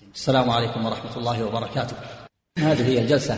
السلام عليكم ورحمة الله وبركاته. هذه هي الجلسة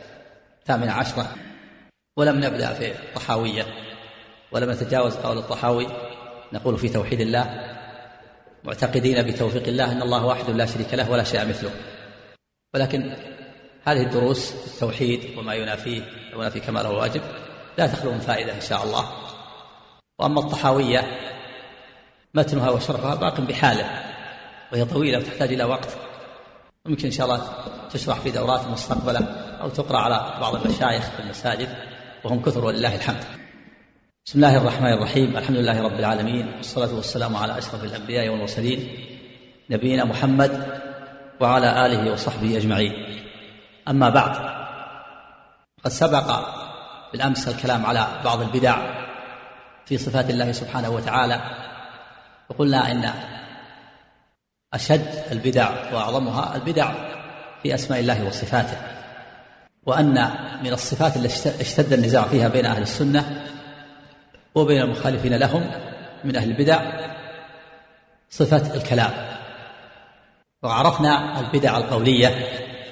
18 ولم نبدأ في الطحاوية ولم نتجاوز قول الطحاوي. نقول في توحيد الله معتقدين بتوفيق الله أن الله واحد لا شريك له ولا شيء مثله، ولكن هذه الدروس التوحيد وما ينافيه وينافي كماله الواجب لا تخلو من فائدة إن شاء الله. وأما الطحاوية متنها وشرحها باق بحاله وهي طويلة وتحتاج إلى وقت، وممكن إن شاء الله تشرح في دورات مستقبلة أو تقرأ على بعض المشايخ في المساجد وهم كثر ولله الحمد. بسم الله الرحمن الرحيم، الحمد لله رب العالمين، والصلاة والسلام على أشرف الأنبياء والمرسلين نبينا محمد وعلى آله وصحبه أجمعين. أما بعد، قد سبق بالأمس الكلام على بعض البدع في صفات الله سبحانه وتعالى، وقلنا إن أشد البدع وأعظمها البدع في أسماء الله وصفاته، وأن من الصفات التي اشتد النزاع فيها بين أهل السنة وبين المخالفين لهم من أهل البدع صفة الكلام. وعرفنا البدع القولية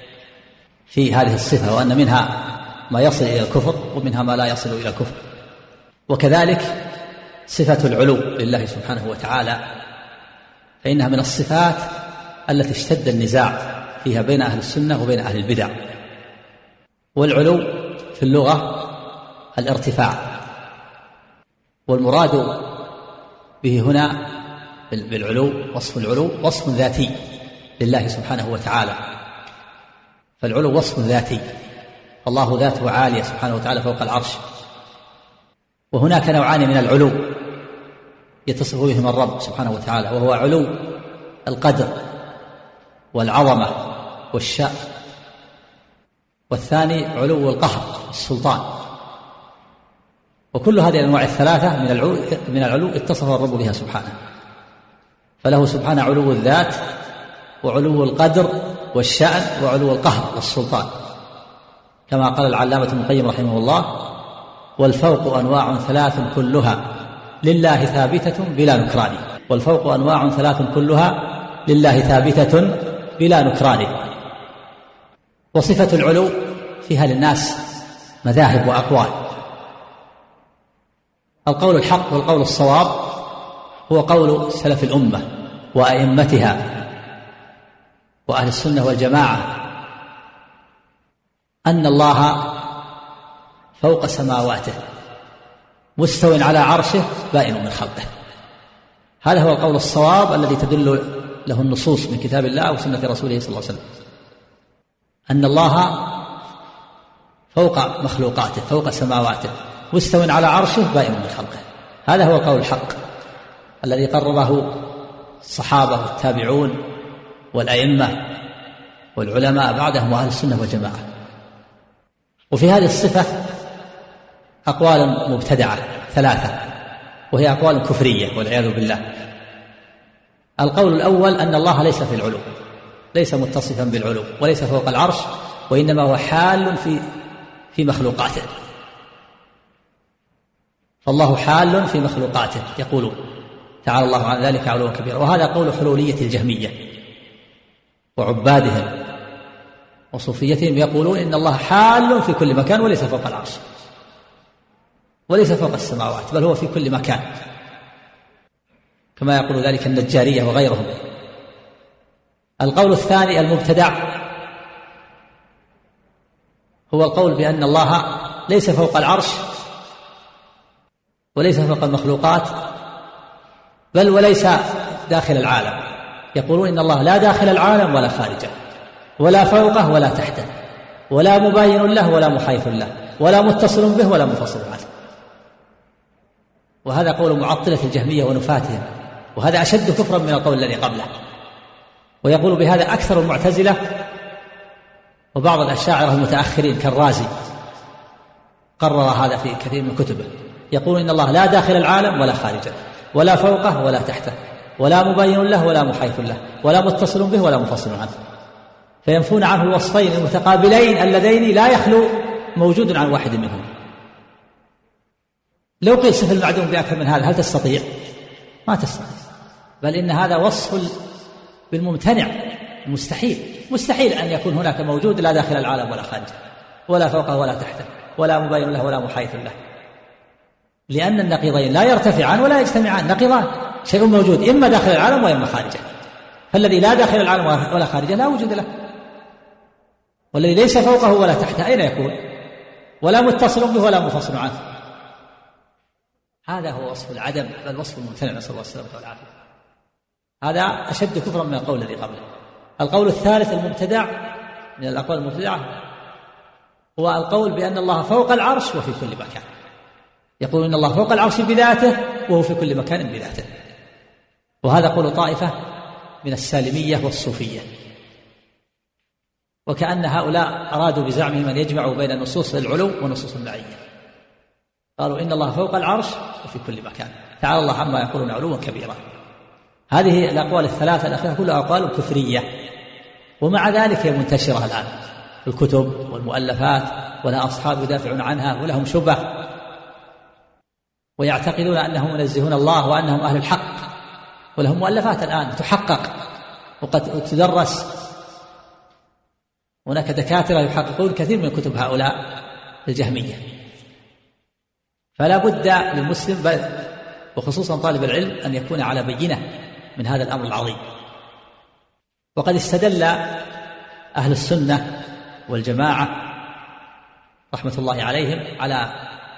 في هذه الصفة، وأن منها ما يصل إلى الكفر ومنها ما لا يصل إلى الكفر. وكذلك صفة العلو لله سبحانه وتعالى، فإنها من الصفات التي اشتد النزاع فيها بين أهل السنة وبين أهل البدع. والعلو في اللغة الارتفاع، والمراد به هنا بالعلو وصف العلو وصف ذاتي لله سبحانه وتعالى، فالعلو وصف ذاتي، الله ذاته عالية سبحانه وتعالى فوق العرش. وهناك نوعان من العلو يتصف بهم الرب سبحانه وتعالى، وهو علو القدر والعظمة والشأن، والثاني علو القهر والسلطان. وكل هذه الأنواع الثلاثة من العلو اتصف الرب بها سبحانه، فله سبحانه علو الذات وعلو القدر والشأن وعلو القهر والسلطان، كما قال العلامة ابن القيم رحمه الله: والفوق أنواع ثلاث كلها لله ثابتة بلا نكران. والفوق أنواع ثلاث كلها لله ثابتة بلا نكران. وصفة العلو فيها للناس مذاهب وأقوال. القول الحق والقول الصواب هو قول سلف الأمة وأئمتها وأهل السنة والجماعة، أن الله فوق سماواته مستو على عرشه بائن من خلقه. هذا هو القول الصواب الذي تدل له النصوص من كتاب الله وسنة رسوله صلى الله عليه وسلم، أن الله فوق مخلوقاته فوق سماواته مستو على عرشه بائن من خلقه. هذا هو القول الحق الذي قرره الصحابة والتابعون والأئمة والعلماء بعدهم وأهل السنة والجماعة. وفي هذه الصفة أقوال مبتدعة ثلاثة، وهي أقوال كفرية والعياذ بالله. القول الأول أن الله ليس في العلو، ليس متصفا بالعلو وليس فوق العرش، وإنما هو حال في مخلوقاته، فالله حال في مخلوقاته يقولون تعالى الله عن ذلك علوا كبيرا. وهذا قول حلولية الجهمية وعبادهم وصوفيتهم، يقولون إن الله حال في كل مكان وليس فوق العرش وليس فوق السماوات، بل هو في كل مكان، كما يقول ذلك النجارية وغيرهم. القول الثاني المبتدع هو القول بأن الله ليس فوق العرش وليس فوق المخلوقات، بل وليس داخل العالم. يقولون إن الله لا داخل العالم ولا خارجه، ولا فوقه ولا تحته، ولا مباين له ولا محايف له، ولا متصل به ولا منفصل عنه. وهذا قول معطلة الجهمية ونفاتهم، وهذا أشد كفرا من القول الذي قبله. ويقول بهذا أكثر المعتزلة وبعض الأشاعرة المتأخرين كالرازي، قرر هذا في كثير من كتبه. يقول إن الله لا داخل العالم ولا خارجه، ولا فوقه ولا تحته، ولا مبين له ولا محايف له، ولا متصل به ولا منفصل عنه، فينفون عنه الوصفين المتقابلين اللذين لا يخلو موجود عن واحد منهم. لو قيل صف المعدوم بأكثر من هذا هل تستطيع؟ ما تستطيع، بل إن هذا وصف بالممتنع مستحيل أن يكون هناك موجود لا داخل العالم ولا خارجه، ولا فوقه ولا تحته، ولا مباين له ولا محايث له، لأن النقيضين لا يرتفعان ولا يجتمعان، نقيضان، شيء موجود إما داخل العالم وإما خارجه، فالذي لا داخل العالم ولا خارجه لا وجود له، والذي ليس فوقه ولا تحته أين يكون؟ ولا متصل به ولا منفصل عنه. هذا هو وصف العدم، بل وصف الممتنع، نسأل الله السلامة والعافية. هذا أشد كفرا من القول الذي قبله. القول الثالث المبتدع من الأقوال المبتدعة هو القول بأن الله فوق العرش وفي كل مكان، يقول إن الله فوق العرش بذاته وهو في كل مكان بذاته، وهذا قول طائفة من السالمية والصوفية، وكأن هؤلاء أرادوا بزعمهم أن يجمعوا بين نصوص العلو ونصوص المعية، قالوا إن الله فوق العرش وفي كل مكان، تعالى الله عما يقولون علوا كبيرا. هذه الأقوال الثلاثة الأخيرة كلها أقوال كفرية، ومع ذلك هي منتشرة الآن في الكتب والمؤلفات، ولا أصحاب يدافعون عنها ولهم شبه، ويعتقدون أنهم منزهون الله وأنهم أهل الحق، ولهم مؤلفات الآن تحقق وقد تدرس، هناك دكاترة يحققون كثير من كتب هؤلاء الجهمية. فلا بد للمسلم وخصوصا طالب العلم أن يكون على بينة من هذا الأمر العظيم. وقد استدل أهل السنة والجماعة رحمة الله عليهم على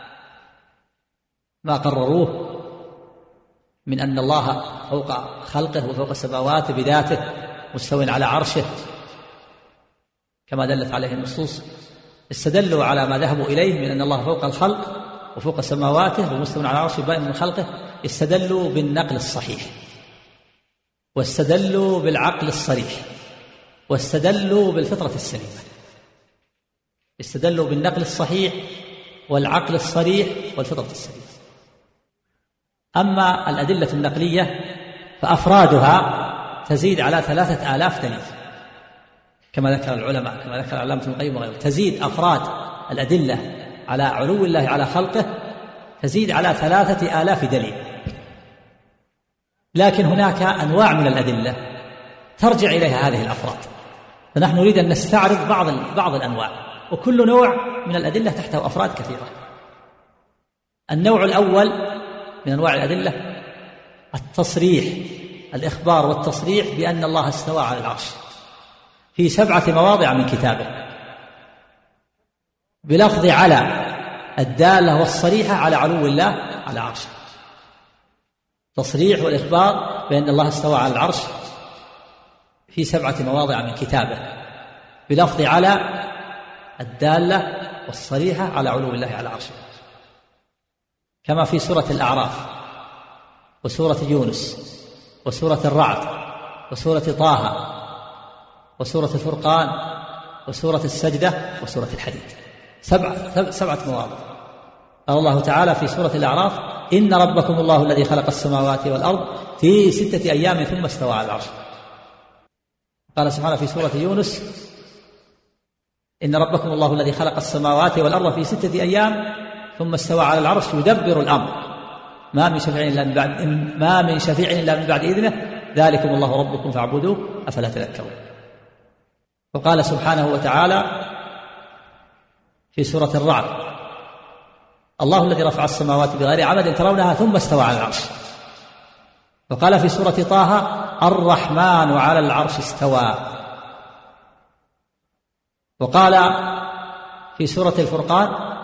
ما قرروه من أن الله فوق خلقه وفوق السماوات بذاته مستوٍ على عرشه كما دلت عليه النصوص. استدلوا على ما ذهبوا إليه من أن الله فوق الخلق وفوق سماواته ومستوٍ على عرشه باين من خلقه، استدلوا بالنقل الصحيح، واستدلوا بالعقل الصريح، واستدلوا بالفطرة السليمة. استدلوا بالنقل الصحيح والعقل الصريح والفطرة السليمة. أما الأدلة النقلية فأفرادها تزيد على 3000 دليل كما ذكر العلماء، كما ذكر علامة ابن القيم وغيره، تزيد أفراد الأدلة على علو الله على خلقه تزيد على 3000 دليل. لكن هناك أنواع من الأدلة ترجع إليها هذه الأفراد، فنحن نريد أن نستعرض بعض الأنواع، وكل نوع من الأدلة تحته أفراد كثيرة. النوع الأول من أنواع الأدلة التصريح، الإخبار والتصريح بأن الله استوى على العرش في 7 مواضع من كتابه بلفظ على الدالة والصريحة على علو الله على عرشه. تصريح والإخبار بأن الله استوى على العرش في 7 مواضع من كتابه بلفظ على الدالة والصريحة على علو الله على عرشه، كما في سورة الأعراف وسورة يونس وسورة الرعد وسورة طه وسورة الفرقان وسورة السجدة وسورة الحديد. 7 مواضع. قال الله تعالى في سورة الأعراف: إن ربكم الله الذي خلق السماوات والأرض في 6 أيام ثم استوى على العرش. قال سبحانه في سورة يونس: إن ربكم الله الذي خلق السماوات والأرض في 6 أيام ثم استوى على العرش يدبر الأمر ما من شفيع إلا من بعد إذنه ذلكم الله ربكم فاعبدوه أفلا تذكرون. وقال سبحانه وتعالى في سورة الرعد: الله الذي رفع السماوات بغير عمد ترونها ثم استوى على العرش. وقال في سورة طه: الرحمن على العرش استوى. وقال في سورة الفرقان: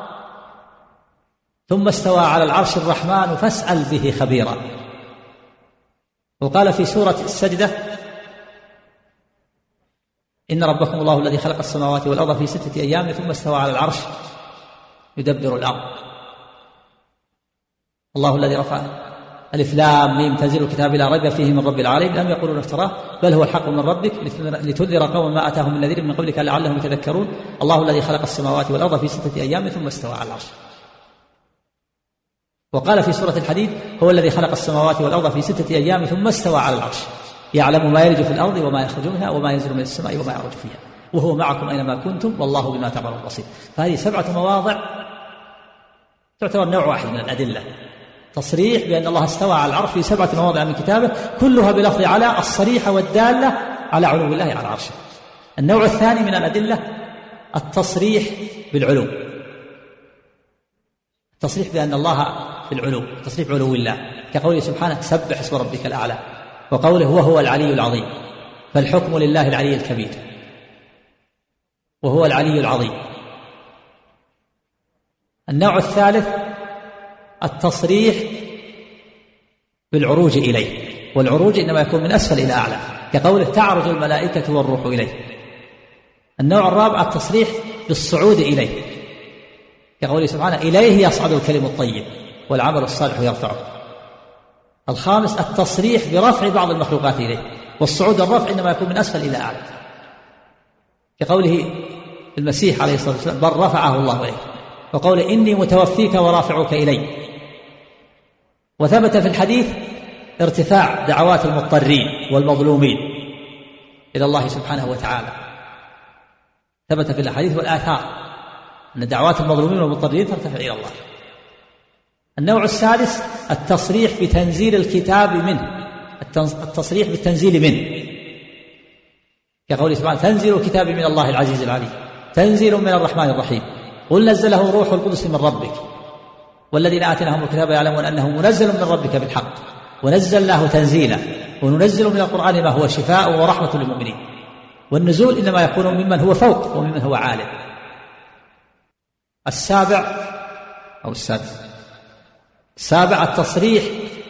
ثم استوى على العرش الرحمن فاسأل به خبيرا. وقال في سورة السجدة: إن ربكم الله الذي خلق السماوات والأرض في 6 أيام ثم استوى على العرش يدبر الأمر. الله الذي رفع ألف لام ميم تنزيل الكتاب لا ريب فيه من رب العالمين لم يقولون افتراه بل هو الحق من ربك لتنذر قوما ما أتاهم من نذير من قبلك لعلهم يتذكرون. الله الذي خلق السماوات والأرض في 6 أيام ثم استوى على العرش. وقال في سورة الحديد: هو الذي خلق السماوات والأرض في 6 أيام ثم استوى على العرش يعلم ما يلج في الأرض وما يخرج منها وما ينزل من السماء وما يعرج فيها وهو معكم أينما كنتم والله بما تعملون بصير. فهذه 7 مواضع تعتبر نوع واحد من الأدلة، تصريح بأن الله استوى على العرش في 7 مواضع من كتابه كلها بلفظ على الصريحة والدالة على علو الله على عرشه. النوع الثاني من الأدلة التصريح بالعلو، التصريح بأن الله في العلو، تصريح علو الله، كقوله سبحانه سبح اسم ربك الأعلى، وقوله وهو العلي العظيم، فالحكم لله العلي الكبير وهو العلي العظيم. النوع الثالث التصريح بالعروج إليه، والعروج إنما يكون من أسفل إلى أعلى، كقوله تعرج الملائكة والروح إليه. النوع الرابع التصريح بالصعود إليه، كقوله سبحانه إليه يصعد الكلم الطيب والعمل الصالح يرفعه. الخامس التصريح برفع بعض المخلوقات إليه، والصعود الرفع إنما يكون من أسفل إلى أعلى، كقوله المسيح عليه الصلاة والسلام بل رفعه الله إليه، وقوله إني متوفيك ورافعك إلي. وثبت في الحديث ارتفاع دعوات المضطرين والمظلومين إلى الله سبحانه وتعالى، ثبت في الحديث والآثار أن دعوات المظلومين والمضطرين ترتفع إلى الله. النوع السادس التصريح بتنزيل الكتاب منه، التصريح بالتنزيل منه، كقوله سبحانه تنزيل الكتاب من الله العزيز العليم، تنزيل من الرحمن الرحيم، قل نزله روح القدس من ربك، والذين آتيناهم الكتاب يعلمون أنه منزل من ربك بالحق ونزلناه تنزيلا وننزل من القرآن ما هو شفاء ورحمة للمؤمنين. والنزول إنما يكون ممن هو فوق وممن هو عالٍ. السابع التصريح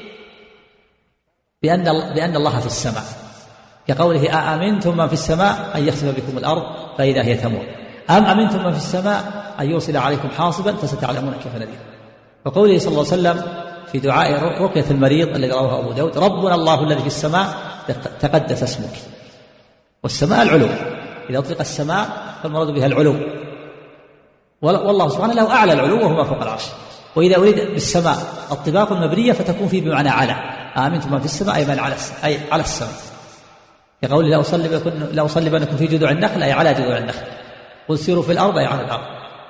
بأن الله في السماء، كقوله أأمنتم من في السماء أن يخسف بكم الأرض فإذا هي تمور، أم أمنتم من في السماء أن يرسل عليكم حاصبا فستعلمون كيف نذير. وقوله صلى الله عليه وسلم في دعاء رقية المريض الذي رواه أبو داود ربنا الله الذي في السماء تقدس اسمك. والسماء العلو، إذا أطلق السماء فالمراد بها العلو، والله سبحانه له أعلى العلو وهو فوق العرش. وإذا أريد بالسماء الطباق المبنية فتكون فيه بمعنى على، آمنتم من في السماء أي على السماء، كقول لا أصلبنكم في جذوع النخل أي على جذوع النخل، قل سيروا في الأرض أي على الأرض.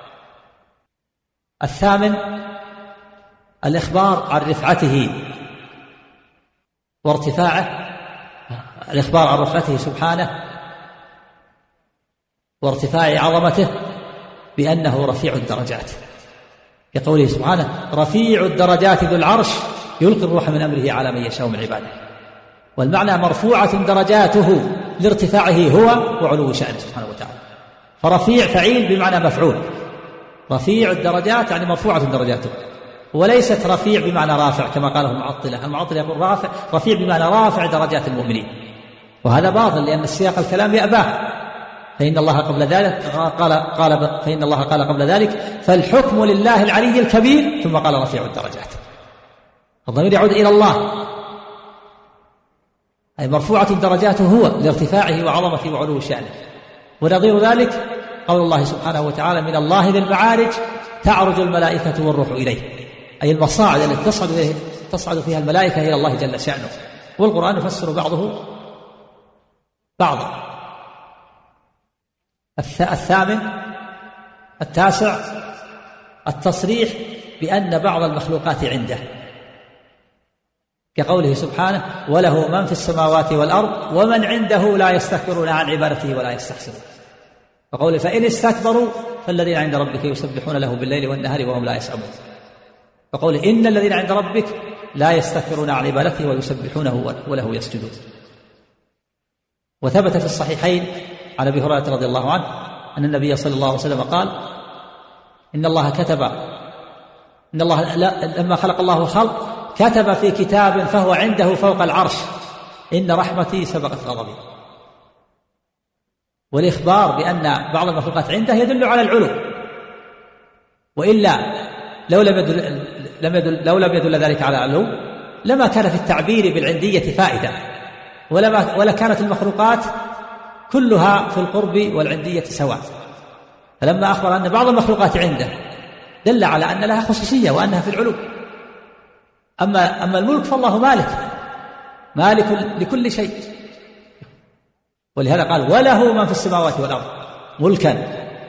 الثامن الإخبار عن رفعته وارتفاعه، الإخبار عن رفعته سبحانه وارتفاع عظمته بأنه رفيع الدرجات، كقوله سبحانه رفيع الدرجات ذو العرش يلقي الروح من أمره على من يشاء من عباده. والمعنى مرفوعة درجاته لارتفاعه هو وعلو شأنه سبحانه وتعالى، فرفيع فعيل بمعنى مفعول، رفيع الدرجات يعني مرفوعة درجاته، وليست رفيع بمعنى رافع كما قاله المعطلة يقول رفيع بمعنى رافع درجات المؤمنين، وهذا باطل لأن السياق الكلام يأباه. فإن الله قال قبل ذلك فالحكم لله العلي الكبير، ثم قال رفيع الدرجات، الضمير يعود إلى الله، أي مرفوعة درجاته هو لارتفاعه وعظمته وعلو شأنه. ونظير ذلك قول الله سبحانه وتعالى من الله ذي المعارج تعرج الملائكة والروح إليه، أي المصاعد التي تصعد فيها الملائكة إلى الله جل شأنه. والقرآن يفسر بعضه بعضا. التاسع التصريح بأن بعض المخلوقات عنده، كقوله سبحانه وله من في السماوات والأرض ومن عنده لا يستكبرون عن عبادته ولا يستحسرون. وقوله فإن استكبروا فالذين عند ربك يسبحون له بالليل والنهار وهم لا يسأمون. وقوله إن الذين عند ربك لا يستكبرون عن عبادته ويسبحونه وله يسجدون. وثبت في الصحيحين عن أبي هريرة رضي الله عنه أن النبي صلى الله عليه وسلم قال إن الله لما خلق الله الخلق كتب في كتاب فهو عنده فوق العرش إن رحمتي سبقت غضبي. والإخبار بأن بعض المخلوقات عنده يدل على العلو، وإلا لو لم يدل ذلك على العلو لما كان في التعبير بالعندية فائدة، ولا كانت المخلوقات كلها في القرب والعندية سواء. فلما أخبر أن بعض المخلوقات عنده دل على أن لها خصوصية وأنها في العلو. أما الملك فالله مالك لكل شيء، ولهذا قال وله من في السماوات والأرض ملكا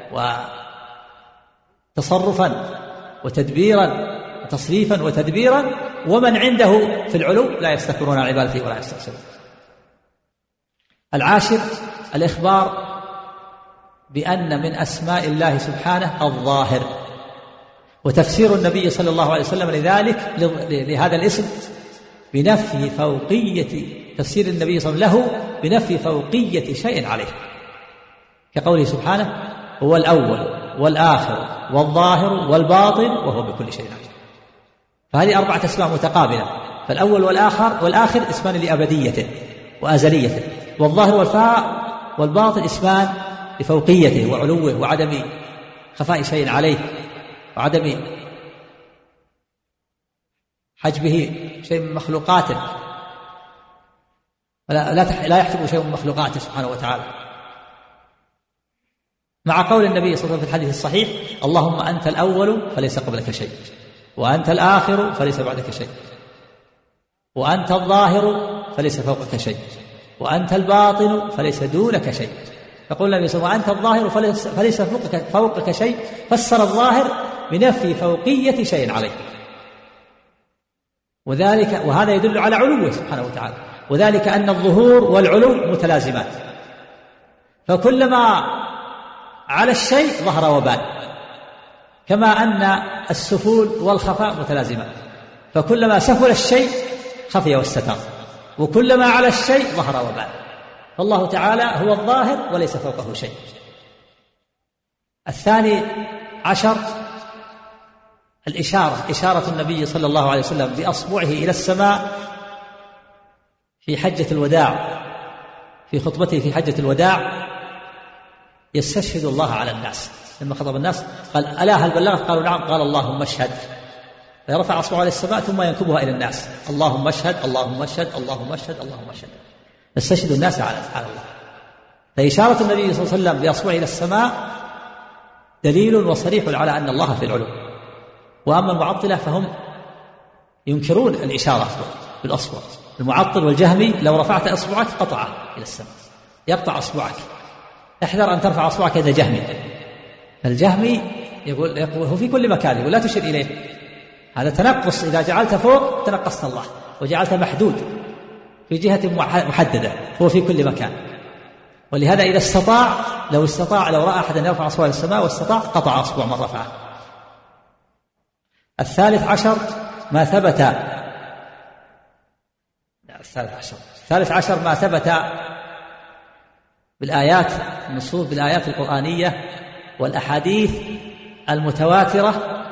وتصرفا وتدبيرا وتصريفا وتدبيرا، ومن عنده في العلو لا يستكبرون عن عبادته ولا يستحسرون. العاشر الإخبار بأن من أسماء الله سبحانه الظاهر، وتفسير النبي صلى الله عليه وسلم لذلك لهذا الاسم بنفي فوقية، تفسير النبي صلى الله عليه وسلم له بنفي فوقية شيء عليه، كقوله سبحانه هو الأول والآخر والظاهر والباطن وهو بكل شيء عليم. فهذه 4 أسماء متقابلة، فالأول والآخر اسمان لأبديته وأزليته، والظاهر والباطن اسمان لفوقيته وعلوه وعدم خفاء شيء عليه وعدم حجبه شيء من مخلوقاته، لا يحجب شيء من مخلوقاته سبحانه وتعالى، مع قول النبي صلى الله عليه وسلم في الحديث الصحيح اللهم أنت الأول فليس قبلك شيء، وأنت الآخر فليس بعدك شيء، وأنت الظاهر فليس فوقك شيء، وأنت الباطن فليس دونك شيء. يقول النبي صلى الله عليه وسلم وأنت الظاهر فليس فوقك شيء، فسر الظاهر بنفي فوقية شيء عليه، وهذا يدل على علوه سبحانه وتعالى، وذلك أن الظهور والعلو متلازمات، فكلما على الشيء ظهر وبان، كما أن السفول والخفاء متلازمات، فكلما سفل الشيء خفي واستتر، وكلما على الشيء ظهر وبان، فالله تعالى هو الظاهر وليس فوقه شيء. 12 إشارة النبي صلى الله عليه وسلم بأصبعه إلى السماء في حجة الوداع، في خطبته في حجة الوداع يستشهد الله على الناس، لما خطب الناس قال ألا هل بلغت؟ قالوا نعم، قال اللهم اشهد، فيرفع أصبعه إلى السماء ثم ينكبها إلى الناس، اللهم اشهد اللهم اشهد اللهم اشهد اللهم اشهد، يستشهد الناس على الله. فإشارة النبي صلى الله عليه وسلم بأصبعه إلى السماء دليل وصريح على أن الله في العلو. وأما المعطلة فهم ينكرون الإشارة بالأصبع، المعطل والجهمي لو رفعت أصبعك قطعه إلى السماء، يقطع أصبعك، احذر أن ترفع أصبعك إذا جهمي. الجهمي يقول هو في كل مكان، يقول لا تشير إليه، هذا تنقص، إذا جعلت فوق تنقصت الله وجعلت محدود في جهة محددة، هو في كل مكان. ولهذا إذا استطاع لو رأى أحدا يرفع أصبعه إلى السماء واستطاع قطع أصبع من رفعه. 13 ما ثبت بالآيات، النصوص بالآيات القرآنية والأحاديث المتواترة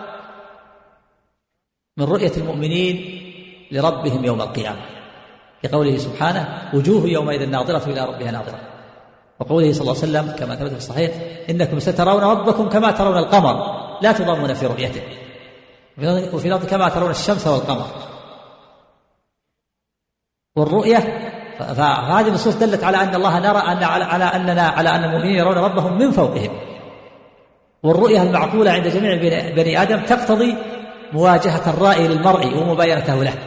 من رؤية المؤمنين لربهم يوم القيامة، لقوله سبحانه وجوه يومئذ ناظرة إلى ربها ناظرة، وقوله صلى الله عليه وسلم كما ثبت في الصحيح إنكم سترون ربكم كما ترون القمر لا تضامون في رؤيته، وفي الأرض كما ترون الشمس والقمر. والرؤية فهذه النصوص دلت على أن الله نرى على أن المؤمنين يرون ربهم من فوقهم. والرؤية المعقولة عند جميع بني آدم تقتضي مواجهة الرائي للمرء ومباينته له،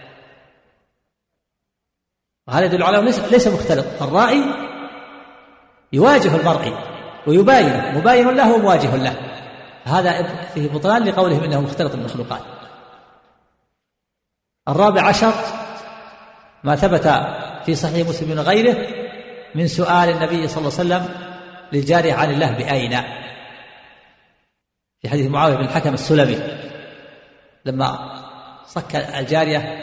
وهذا يدل على ليس مختلط، الرائي يواجه المرء ويباينه، مباين له ومواجه له، هذا فيه بطلان لقولهم إنه مختلط بالمخلوقات. 14 ما ثبت في صحيح مسلم وغيره من سؤال النبي صلى الله عليه وسلم للجارية عن الله بأين، في حديث معاوية بن الحكم السلمي لما صك الجارية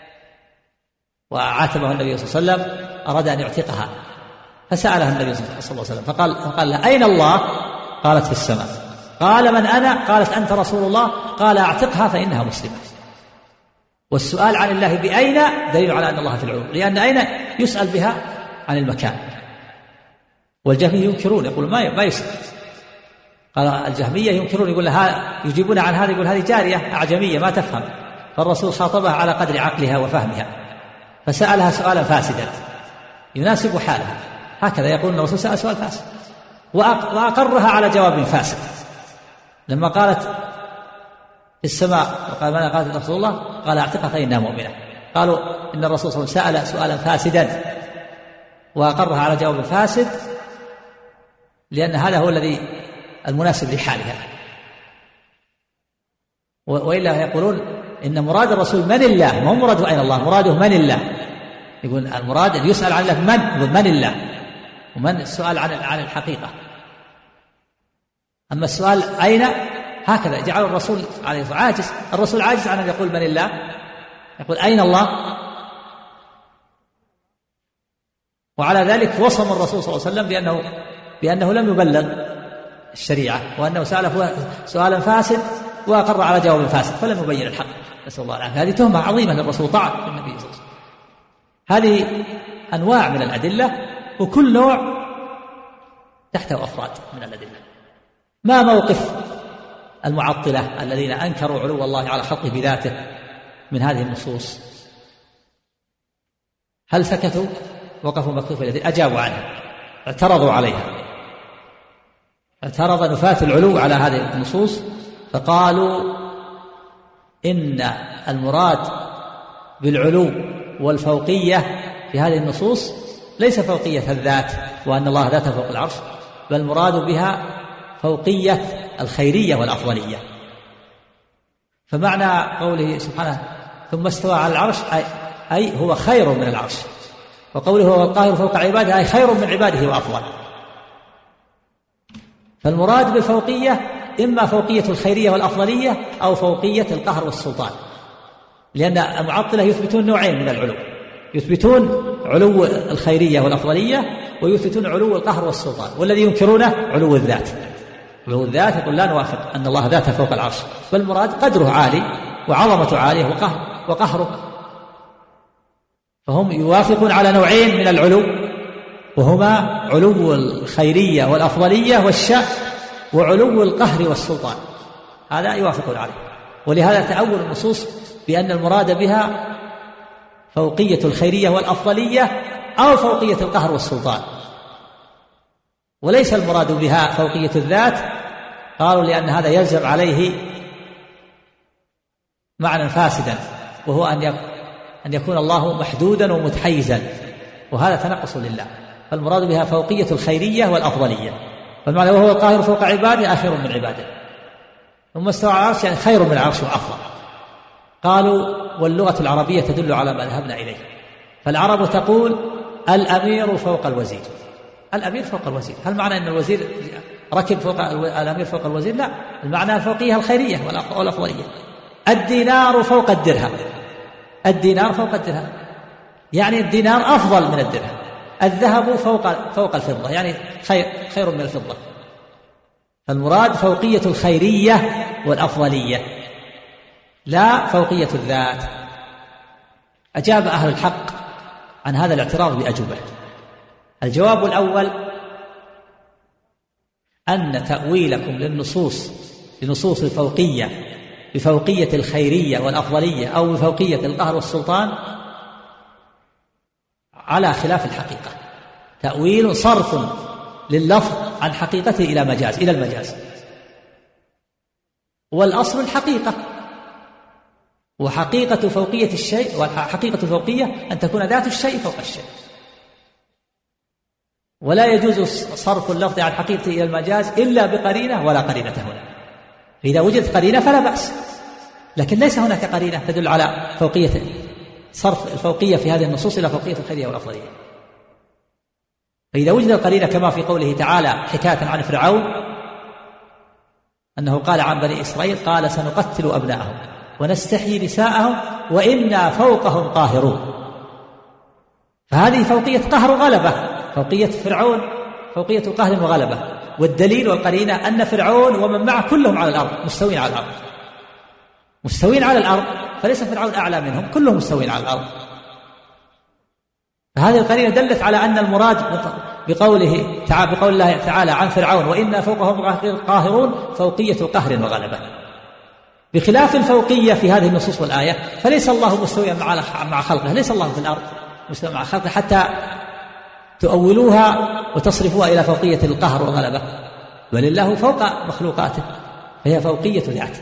وعاتبه النبي صلى الله عليه وسلم أراد أن يعتقها، فسألها النبي صلى الله عليه وسلم فقال لها أين الله؟ قالت في السماء. قال من أنا؟ قالت أنت رسول الله. قال أعتقها فإنها مسلمة. والسؤال عن الله بأين دليل على أن الله في العلو، لأن أين يسأل بها عن المكان، والجهمية ينكرون يقول ما يسأل. قال الجهمية ينكرون يقول يجيبون عن هذا، يقول هذه جارية أعجمية ما تفهم، فالرسول خاطبها على قدر عقلها وفهمها فسألها سؤالا فاسدا يناسب حالها، هكذا يقول أن الرسول سأل سؤال فاسد وأقرها على جواب فاسد. لما قالت في السماء وقال ماذا؟ قالت رسول الله قال اعتقها فإنها مؤمنة. قالوا إن الرسول صلى الله عليه وسلم سأل سؤالا فاسدا وأقرها على جواب فاسد، لأن هذا هو الذي المناسب لحالها. وإلا يقولون إن مراد الرسول من الله، ما هو مراده أين الله، مراده من الله، يقول المراد أن يسأل عن الله من الله، ومن السؤال عن الحقيقة. أما السؤال أين هكذا جعل الرسول عليه الصلاة والسلام عاجز، الرسول عاجز عن أن يقول من الله، يقول أين الله. وعلى ذلك وصم الرسول صلى الله عليه وسلم بأنه لم يبلغ الشريعة، وأنه سأله سؤالا فاسد وأقر على جواب فاسد فلم يبين الحق، نسأل الله العافية. هذه تهمة عظيمة للرسول، طعن في النبي صلى الله عليه وسلم. هذه أنواع من الأدلة، وكل نوع تحته أفراد من الأدلة. ما موقف المعطلة الذين أنكروا علو الله على خلقه بذاته من هذه النصوص؟ هل سكتوا وقفوا مكتوف الذين أجابوا عنها؟ اعترضوا عليها، اعترض نفاة العلو على هذه النصوص فقالوا إن المراد بالعلو والفوقية في هذه النصوص ليس فوقية الذات وأن الله ذاته فوق العرش، بل المراد بها فوقية الخيرية والأفضلية. فمعنى قوله سبحانه ثم استوى على العرش أي هو خير من العرش، وقوله هو القاهر فوق عباده أي خير من عباده وأفضل. فالمراد بالفوقية إما فوقية الخيرية والأفضلية أو فوقية القهر والسلطان، لأن المعطلة يثبتون نوعين من العلو، يثبتون علو الخيرية والأفضلية ويثبتون علو القهر والسلطان، والذي ينكرونه علو الذات. علو الذات يقول لا نوافق أن الله ذاته فوق العرش، بل المراد قدره عالي وعظمته عالية وقهره. فهم يوافقون على نوعين من العلو، وهما علو الخيرية والأفضلية والشأن، وعلو القهر والسلطان، هذا يوافقون عليه. ولهذا تأول النصوص بأن المراد بها فوقية الخيرية والأفضلية أو فوقية القهر والسلطان، وليس المراد بها فوقية الذات. قالوا لأن هذا يلزم عليه معنى فاسدا، وهو أن يكون الله محدودا ومتحيزا، وهذا تنقص لله. فالمراد بها فوقية الخيرية والأفضلية، فالمعنى وهو القاهر فوق عباده خير من عباده، ثم استوى على العرش يعني خير من العرش وأفضل. قالوا واللغة العربية تدل على ما ذهبنا إليه، فالعرب تقول الأمير فوق الوزير، الأمير فوق الوزير. هل معنى أن الوزير ركب فوق الأمير فوق الوزير؟ لا، المعنى الفوقية الخيرية والأفضلية. الدينار فوق الدرهم، الدينار فوق الدرهم يعني الدينار أفضل من الدرهم. الذهب فوق الفضة يعني خير من الفضة. فالمراد فوقية الخيرية والأفضلية لا فوقية الذات. أجاب أهل الحق عن هذا الاعتراض بأجوبة. الجواب الأول أن تأويلكم لنصوص الفوقية بفوقية الخيرية والأفضلية أو بفوقية القهر والسلطان على خلاف الحقيقة، تأويل صرف لللفظ عن حقيقته إلى المجاز، والأصل الحقيقة. وحقيقة فوقية الشيء وحقيقة الفوقية أن تكون ذات الشيء فوق الشيء، ولا يجوز صرف اللفظ عن حقيقته إلى المجاز إلا بقرينة ولا قرينة هنا. فإذا وجدت قرينة فلا بأس، لكن ليس هناك قرينة تدل على فوقية صرف الفوقية في هذه النصوص إلى فوقية الخيرية والأفضلية. فإذا وجد القرينة كما في قوله تعالى حكاية عن فرعون أنه قال عن بني إسرائيل قال سنقتل أبناءهم ونستحيي نساءهم وإنا فوقهم قاهرون، فهذه فوقية قهر وغلبة، فوقية فرعون فوقية قهر وغلبة. والدليل والقرينة أن فرعون ومن معه كلهم على الأرض مستوين على الأرض، مستوين على الأرض، فليس فرعون أعلى منهم، كلهم مستوين على الأرض. فهذه القرينة دلت على أن المراد بقول الله تعالى عن فرعون وإنا فوقهم قاهرون فوقية قهر وغلبة، بخلاف الفوقية في هذه النصوص والآية. فليس الله مستويا مع خلقه، ليس الله في الأرض مستوى مع خلقه حتى تؤولوها وتصرفوها إلى فوقية القهر والغلبة، بل الله فوق مخلوقاته، فهي فوقية ذاته.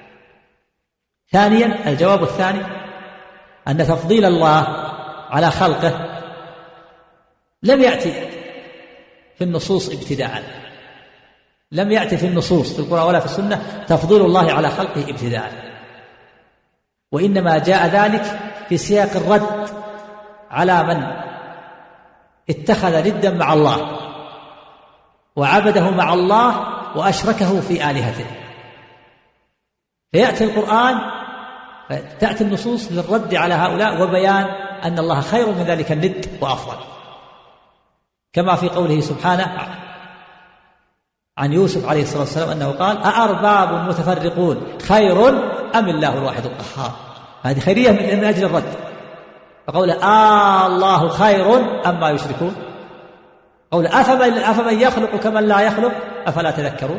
ثانيا، الجواب الثاني أن تفضيل الله على خلقه لم يأتي في النصوص ابتداء، لم يأتي في النصوص في القرآن ولا في السنة تفضيل الله على خلقه ابتداء، وإنما جاء ذلك في سياق الرد على من اتخذ ندا مع الله وعبده مع الله وأشركه في آلهته. فيأتي القرآن، تأتي النصوص للرد على هؤلاء وبيان أن الله خير من ذلك الند وأفضل، كما في قوله سبحانه عن يوسف عليه الصلاة والسلام أنه قال: أأرباب متفرقون خير أم الله الواحد القهار. هذه خيرية من أجل الرد. فقول الله خير أما يشركون، قول أفمن يخلق كمن لا يخلق أفلا تذكرون.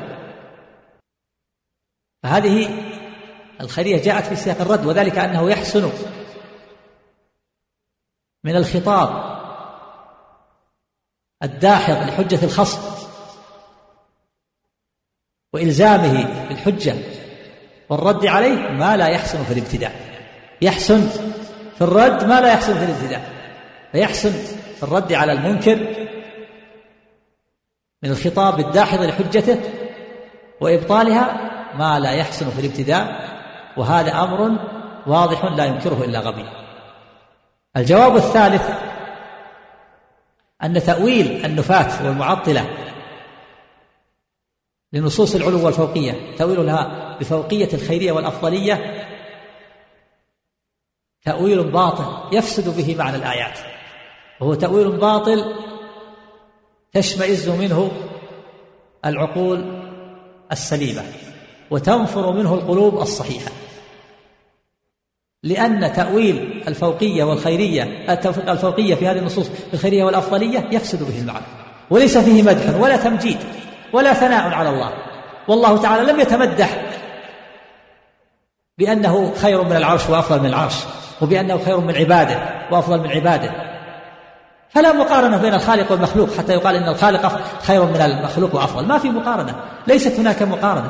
فهذه الخيرية جاءت في سياق الرد، وذلك أنه يحسن من الخطاب الداحض لحجة الخصم وإلزامه بالحجة والرد عليه ما لا يحسن في الابتداء. يحسن في الرد ما لا يحسن في الابتداء، فيحسن في الرد على المنكر من الخطاب الداحض لحجته وإبطالها ما لا يحسن في الابتداء، وهذا أمر واضح لا ينكره إلا غبي. الجواب الثالث أن تأويل النفاة والمعطلة لنصوص العلو والفوقية، تأويل لها بفوقية الخيرية والأفضلية، تأويل باطل يفسد به معنى الآيات، وهو تأويل باطل تشمئز منه العقول السليمة وتنفر منه القلوب الصحيحة، لأن تأويل الفوقية والخيرية، الفوقية في هذه النصوص الخيرية والأفضلية يفسد به المعنى، وليس فيه مدح ولا تمجيد ولا ثناء على الله. والله تعالى لم يتمدح بأنه خير من العرش وأفضل من العرش، وبأنه خير من عباده وأفضل من عباده، فلا مقارنة بين الخالق والمخلوق حتى يقال إن الخالق خير من المخلوق وأفضل. ما في مقارنة، ليست هناك مقارنة،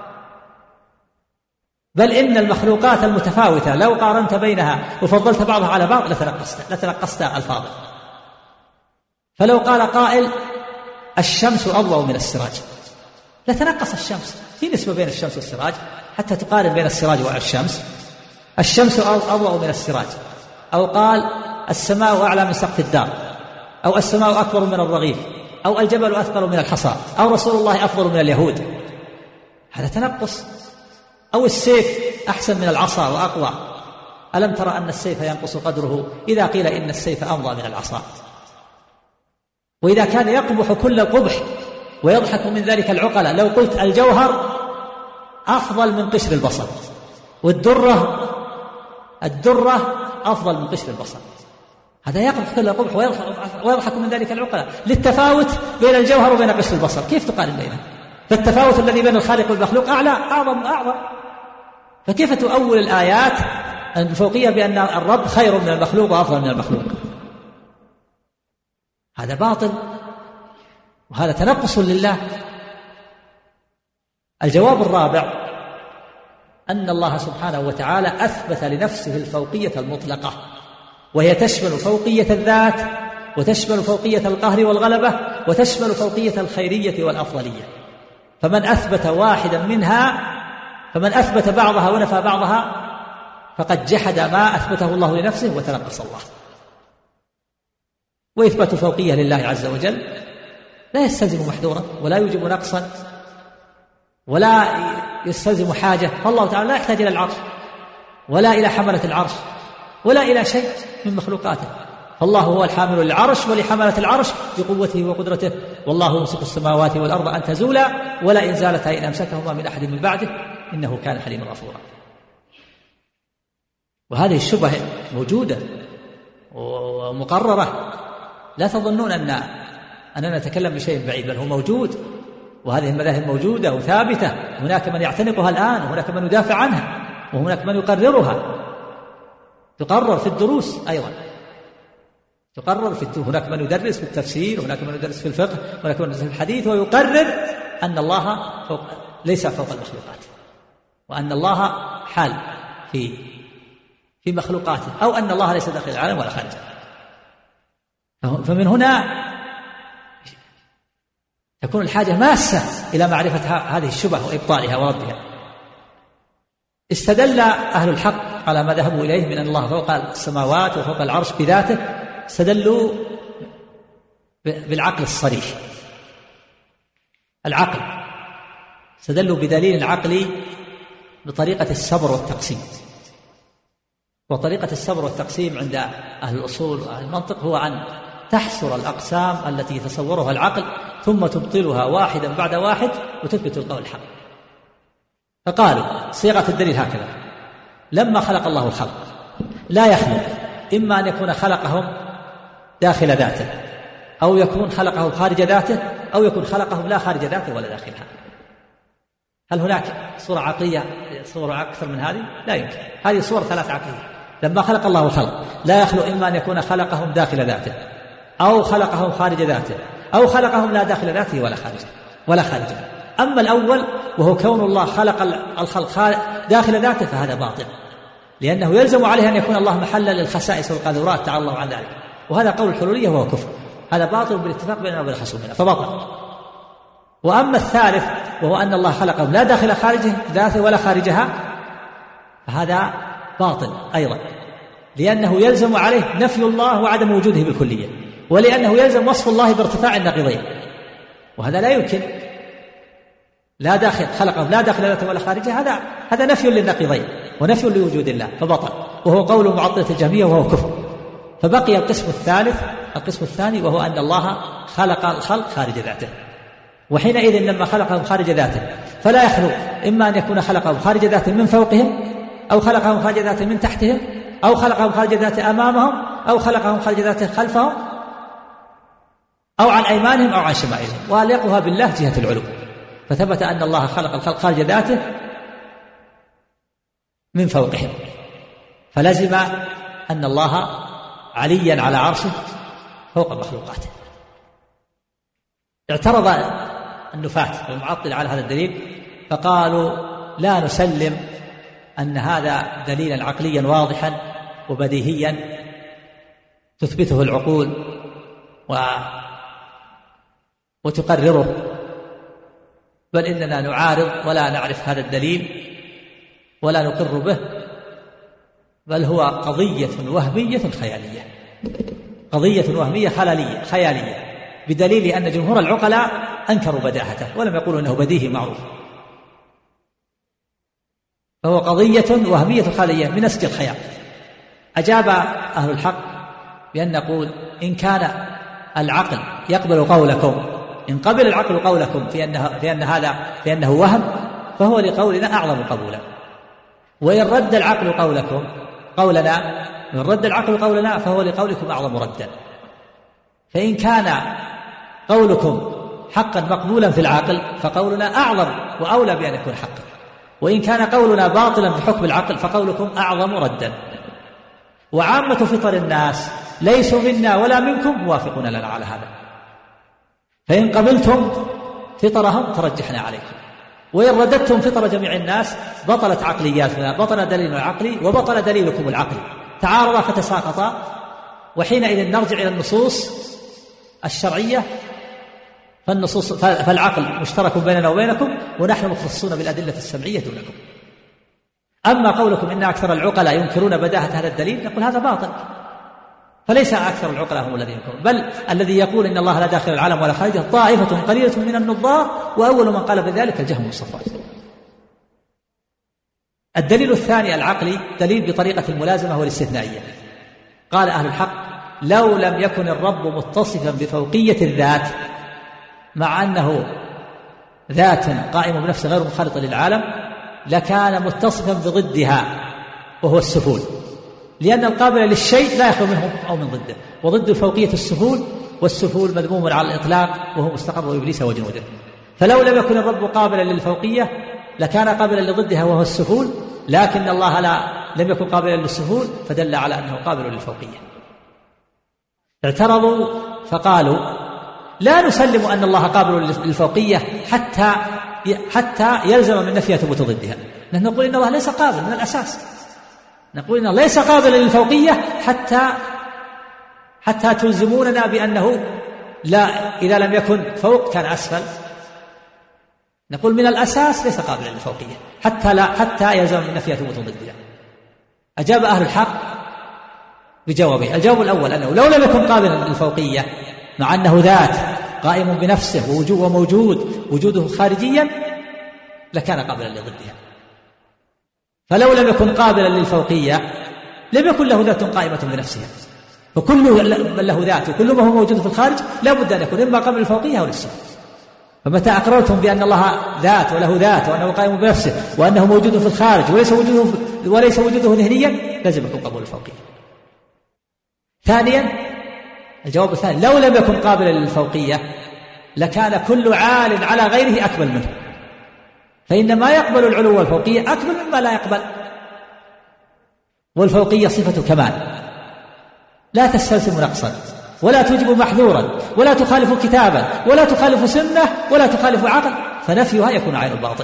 بل إن المخلوقات المتفاوتة لو قارنت بينها وفضلت بعضها على بعض لتنقصت الفاضل. فلو قال قائل الشمس أضوء من السراج لتنقص الشمس، في نسبة بين الشمس والسراج حتى تقارن بين السراج والشمس. الشمس أضوء من السراج، أو قال السماء أعلى من سقف الدار، أو السماء أكبر من الرغيف، أو الجبل أثقل من الحصى، أو رسول الله أفضل من اليهود، هذا تنقص. أو السيف أحسن من العصا وأقوى، ألم ترى أن السيف ينقص قدره إذا قيل إن السيف أمضى من العصا؟ وإذا كان يقبح كل القبح ويضحك من ذلك العقلاء لو قلت الجوهر أفضل من قشر البصل، والدرة أفضل من قشر البصل، هذا يقبح كل القبح ويضحك من ذلك العقلاء للتفاوت بين الجوهر وبين قشر البصل. كيف تقارن بينهم؟ فالتفاوت الذي بين الخالق والمخلوق أعلى، أعظم وأعظم. فكيف تؤول الآيات الفوقية بأن الرب خير من المخلوق وأفضل من المخلوق؟ هذا باطل، وهذا تنقص لله. الجواب الرابع أن الله سبحانه وتعالى أثبت لنفسه الفوقية المطلقة، وهي تشمل فوقية الذات، وتشمل فوقية القهر والغلبة، وتشمل فوقية الخيرية والأفضلية. فمن أثبت واحدا منها، فمن أثبت بعضها ونفى بعضها فقد جحد ما أثبته الله لنفسه وتنقص الله. وإثبات الفوقية لله عز وجل لا يستلزم محذورا ولا يوجب نقصا ولا يستلزم حاجة، فالله تعالى لا يحتاج إلى العرش ولا إلى حملة العرش ولا إلى شيء من مخلوقاته، فالله هو الحامل للعرش ولحملة العرش بقوته وقدرته، والله يمسك السماوات والأرض أن تزولا ولا إن زالتا إن أمسكهما من أحد من بعده إنه كان حليما غفورا. وهذه الشبهة موجودة ومقررة، لا تظنون أننا نتكلم بشيء بعيد، بل هو موجود، وهذه المذاهب موجودة وثابتة، هناك من يعتنقها الآن، وهناك من يدافع عنها، وهناك من يقررها، تقرر في الدروس أيضا، هناك من يدرس في التفسير، وهناك من يدرس في الفقه، وهناك من يدرس في الحديث، ويقرر أن الله ليس فوق المخلوقات، وأن الله حال في مخلوقاته، أو أن الله ليس داخل العالم ولا خارجه. فمن هنا تكون الحاجة ماسة إلى معرفة هذه الشبهة وإبطالها وردها. استدل أهل الحق على ما ذهبوا إليه من أن الله فوق السماوات وفوق العرش بذاته استدلوا بالعقل الصريح. العقل استدلوا بدليل عقلي بطريقة الصبر والتقسيم. وطريقة الصبر والتقسيم عند أهل الأصول وأهل المنطق هو أن تحصر الأقسام التي يتصورها العقل ثم تبطلها واحدا بعد واحد وتثبت القول الحق. فقالوا صيغة الدليل هكذا: لما خلق الله الخلق لا يخلق إما أن يكون خلقهم داخل ذاته، أو يكون خلقهم خارج ذاته، أو يكون خلقهم لا خارج ذاته ولا داخلها. هل هناك صورة عقلية صورة أكثر من هذه؟ لا يمكن. هذه صورة ثلاث عقلية. لما خلق الله الخلق لا يخلق إما أن يكون خلقهم داخل ذاته، أو خلقهم خارج ذاته، أو خلقهم لا داخل ذاته ولا خارجه. أما الأول وهو كون الله خلق الخلق داخل ذاته فهذا باطل، لأنه يلزم عليه أن يكون الله محلا للخسائس والقاذورات تعالى الله عن ذلك، وهذا قول الحلولية وهو كفر. هذا باطل بالاتفاق بيننا وبين الخصومين فباطل. وأما الثالث وهو أن الله خلقهم لا داخل خارجه ذاته ولا خارجها فهذا باطل أيضا، لأنه يلزم عليه نفي الله وعدم وجوده بالكلية، ولأنه يلزم وصف الله بارتفاع النقيضين، وهذا لا يمكن. لا داخل خلقهم لا داخل ذاته ولا خارجه، هذا نفي للنقيضين ونفي لوجود الله فبطل، وهو قول معطلة الجهمية وهو كفر. فبقي القسم الثاني وهو أن الله خلق الخلق خارج ذاته، وحينئذ لما خلقهم خارج ذاته فلا يخلق إما أن يكون خلقهم خارج ذاته من فوقهم، أو خلقهم خارج ذاته من تحتهم، أو خلقهم خارج ذاته أمامهم، أو خلقهم خارج ذاته خلفهم، أو عن أيمانهم أو عن شمائلهم، وأليقها بالله جهة العلو. فثبت أن الله خلق الخلق خارج ذاته من فوقهم، فلزم أن الله عليا على عرشه فوق مخلوقاته. اعترض النفاة والمعطل على هذا الدليل فقالوا لا نسلم أن هذا دليلا عقليا واضحا وبديهيا تثبته العقول وتقرره، بل إننا نعارض ولا نعرف هذا الدليل ولا نقر به، بل هو قضية وهمية خيالية، قضية وهمية خيالية، بدليل أن جمهور العقلاء أنكروا بداهته ولم يقولوا أنه بديهي معروف، فهو قضية وهمية خيالية من نسج الخيال. أجاب أهل الحق بأن نقول إن كان العقل يقبل قولكم، إن قبل العقل قولكم في أنه وهم فهو لقولنا أعظم قبولا، وإن رد العقل قولنا فهو لقولكم أعظم ردا. فإن كان قولكم حقا مقبولا في العقل فقولنا أعظم وأولى بأن يكون حقا، وإن كان قولنا باطلا بحكم العقل فقولكم أعظم ردا. وعامة فطر الناس ليسوا منا ولا منكم موافقون لنا على هذا، فإن قبلتم فطرهم ترجحنا عليكم، وإن رددتم فطر جميع الناس بطلت عقلياتنا، بطل دليلنا العقلي وبطل دليلكم العقلي، تعارضا فتساقطا. وحينئذ نرجع إلى النصوص الشرعية، فالعقل مشترك بيننا وبينكم، ونحن مختصون بالأدلة السمعية دونكم. أما قولكم إن أكثر العقلاء ينكرون بداهة هذا الدليل نقول هذا باطل، فليس أكثر العقلاء هم الذين ينكرون، بل الذي يقول إن الله لا داخل العالم ولا خارجه طائفة قليلة من النظار، وأول من قال بذلك الجهم والصفوان. الدليل الثاني العقلي دليل بطريقة الملازمة والاستثنائية. قال أهل الحق لو لم يكن الرب متصفا بفوقية الذات، مع أنه ذات قائمة بنفسه غير مخالطة للعالم، لكان متصفا بضدها وهو السفول، لأن القابل للشيء لا يخلو منه أو من ضده، وضد الفوقية السفول، والسفول مذموم على الإطلاق وهو مستقر إبليس وجنوده. فلو لم يكن الرب قابلا للفوقية لكان قابلا لضدها وهو السفول، لكن الله لم يكن قابلا للسفول فدل على أنه قابل للفوقية. اعترضوا فقالوا لا نسلم أن الله قابل للفوقية حتى يلزم من نفيها ثبوت ضدها. نحن نقول إن الله ليس قابل من الأساس، نقول إنه ليس قابل للفوقية حتى تلزموننا بأنه لا، إذا لم يكن فوق كان أسفل. نقول من الأساس ليس قابلا للفوقية حتى يلزم من نفيها ثبوت ضدها. أجاب أهل الحق بجوابين. الجواب الأول أنه لو لم يكن قابلا للفوقية مع أنه ذات قائم بنفسه وموجود وجوده خارجيا لكان قابلا لضدها. فلو لم يكن قابلا للفوقية لم يكن له ذات قائمة بنفسها، فكل من له ذات وكل ما هو موجود في الخارج لا بد أن يكون إما قابل للفوقية أو للصفة. فمتى أقررتم بأن الله ذات وله ذات وأنه قائم بنفسه وأنه موجود في الخارج وليس وجوده ذهنيا لازم يكون قبول الفوقية. ثانيا الجواب الثاني لو لم يكن قابلا للفوقية لكان كل عال على غيره أكمل منه، فإن ما يقبل العلو والفوقية أكمل مما لا يقبل. والفوقية صفة كمال لا تستلزم نقصا ولا توجب محذورا ولا تخالف كتابا ولا تخالف سنة ولا تخالف عقل، فنفيها يكون عين الباطل.